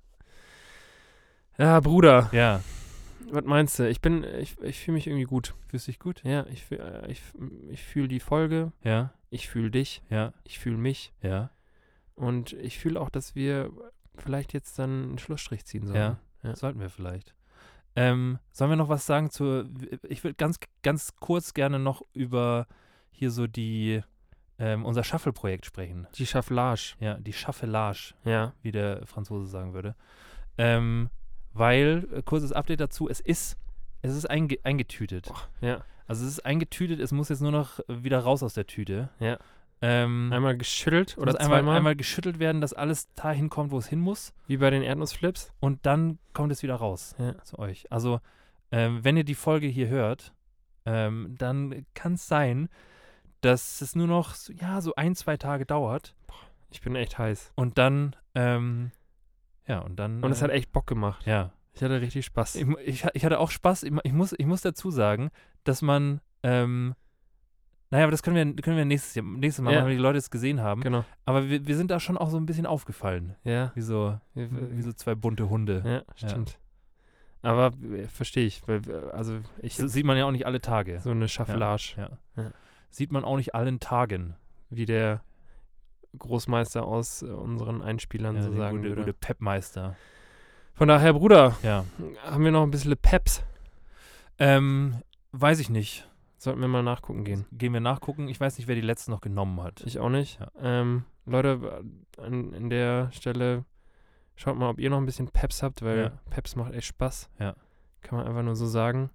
Ja, Bruder. Ja. Was meinst du? Ich bin, ich, ich fühle mich irgendwie gut. Fühlst du dich gut? Ja, ich, fühl- äh, ich, ich fühle die Folge. Ja. Ich fühle dich. Ja. Ich fühle mich. Ja. Und ich fühle auch, dass wir vielleicht jetzt dann einen Schlussstrich ziehen sollen. Ja. Ja. Sollten wir vielleicht. Ähm, sollen wir noch was sagen zur. Ich würde ganz, ganz kurz gerne noch über hier so die. Ähm, unser Shuffle-Projekt sprechen. Die Schaffelage. Ja, die Schaffelage, Ja. wie der Franzose sagen würde. Ähm, weil, äh, kurzes Update dazu, es ist, es ist einge eingetütet. Ja. Also es ist eingetütet, es muss jetzt nur noch wieder raus aus der Tüte. Ja. Ähm, Einmal geschüttelt oder muss einmal, zweimal? einmal geschüttelt werden, dass alles dahin kommt, wo es hin muss. Wie bei den Erdnussflips. Und dann kommt es wieder raus Ja. zu euch. Also, ähm, wenn ihr die Folge hier hört, ähm, dann kann es sein, dass es nur noch so, ja, so ein, zwei Tage dauert. Ich bin echt heiß. Und dann, ähm, ja, und dann. Und es äh, hat echt Bock gemacht. Ja. Ich hatte richtig Spaß. Ich, mu- ich, ha- ich hatte auch Spaß. Ich, mu- ich, muss, ich muss dazu sagen, dass man, ähm, naja, aber das können wir, können wir nächstes, Jahr, nächstes Mal Ja. machen, wenn die Leute es gesehen haben. Genau. Aber wir, wir sind da schon auch so ein bisschen aufgefallen. Ja. Wie so, Ja, wie so zwei bunte Hunde. ja, stimmt. Aber äh, verstehe ich. Weil, äh, also ich Das sieht man ja auch nicht alle Tage. so eine Schaffelage. Ja. Ja. Sieht man auch nicht allen Tagen. Wie der Großmeister aus äh, unseren Einspielern Ja, so der sagen gute, würde. gute Pepmeister. Von daher, Bruder, Ja. haben wir noch ein bisschen Peps? Ähm, weiß ich nicht. Sollten wir mal nachgucken gehen. Gehen wir nachgucken. Ich weiß nicht, wer die letzte noch genommen hat. Ich auch nicht. Ja. Ähm, Leute, an, an der Stelle schaut mal, ob ihr noch ein bisschen Peps habt, weil Ja. Peps macht echt Spaß. Ja. Kann man einfach nur so sagen.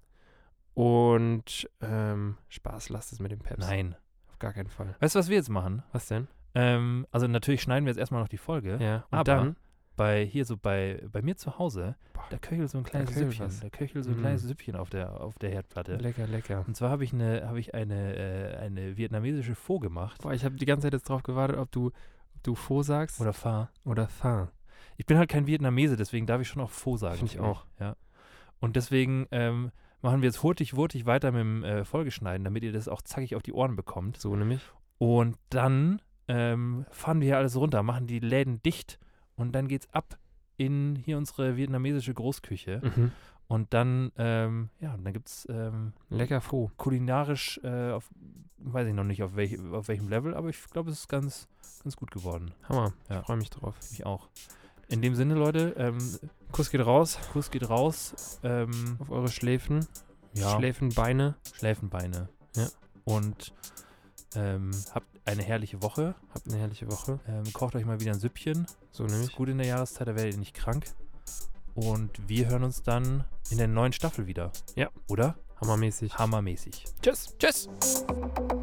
Und ähm, Spaß lasst es mit dem Peps. Nein. Auf gar keinen Fall. Weißt du, was wir jetzt machen? Was denn? Ähm, also natürlich schneiden wir jetzt erstmal noch die Folge. Ja. Und Aber dann? bei hier so bei, bei mir zu Hause, Boah, da köchelt so ein kleines köchelt Süppchen. was. Da köchelt so ein Mm. kleines Süppchen auf der, auf der Herdplatte. lecker, lecker. Und zwar habe ich eine, habe ich eine, äh, eine vietnamesische Pho gemacht. Boah, ich habe die ganze Zeit jetzt drauf gewartet, ob du, ob du Pho sagst Oder Pho. oder Pho. Ich bin halt kein Vietnamese, deswegen darf ich schon auch Pho sagen. Finde ich finde auch. Ja. Und deswegen ähm, machen wir jetzt hurtig-wurtig weiter mit dem äh, Folgeschneiden, damit ihr das auch zackig auf die Ohren bekommt. So nämlich. Und dann ähm, fahren wir hier alles runter, machen die Läden dicht und dann geht's ab in hier unsere vietnamesische Großküche. Mhm. Und dann, ähm, ja, dann gibt's ähm, Lecker Pho. kulinarisch, äh, auf, weiß ich noch nicht auf, welch, auf welchem Level, aber ich glaube, es ist ganz, ganz gut geworden. Hammer. Ja. Ich freue mich drauf. Ich auch. In dem Sinne, Leute, ähm, Kuss geht raus Kuss geht raus. Ähm, auf eure Schläfen. ja, Schläfenbeine. Schläfenbeine. Ja. Und ähm, habt eine herrliche Woche. Habt eine herrliche Woche. Ähm, kocht euch mal wieder ein Süppchen. So Ist nämlich. gut in der Jahreszeit, da werdet ihr nicht krank. Und wir hören uns dann in der neuen Staffel wieder. Ja. Oder? Hammermäßig. Hammermäßig. Tschüss. Tschüss.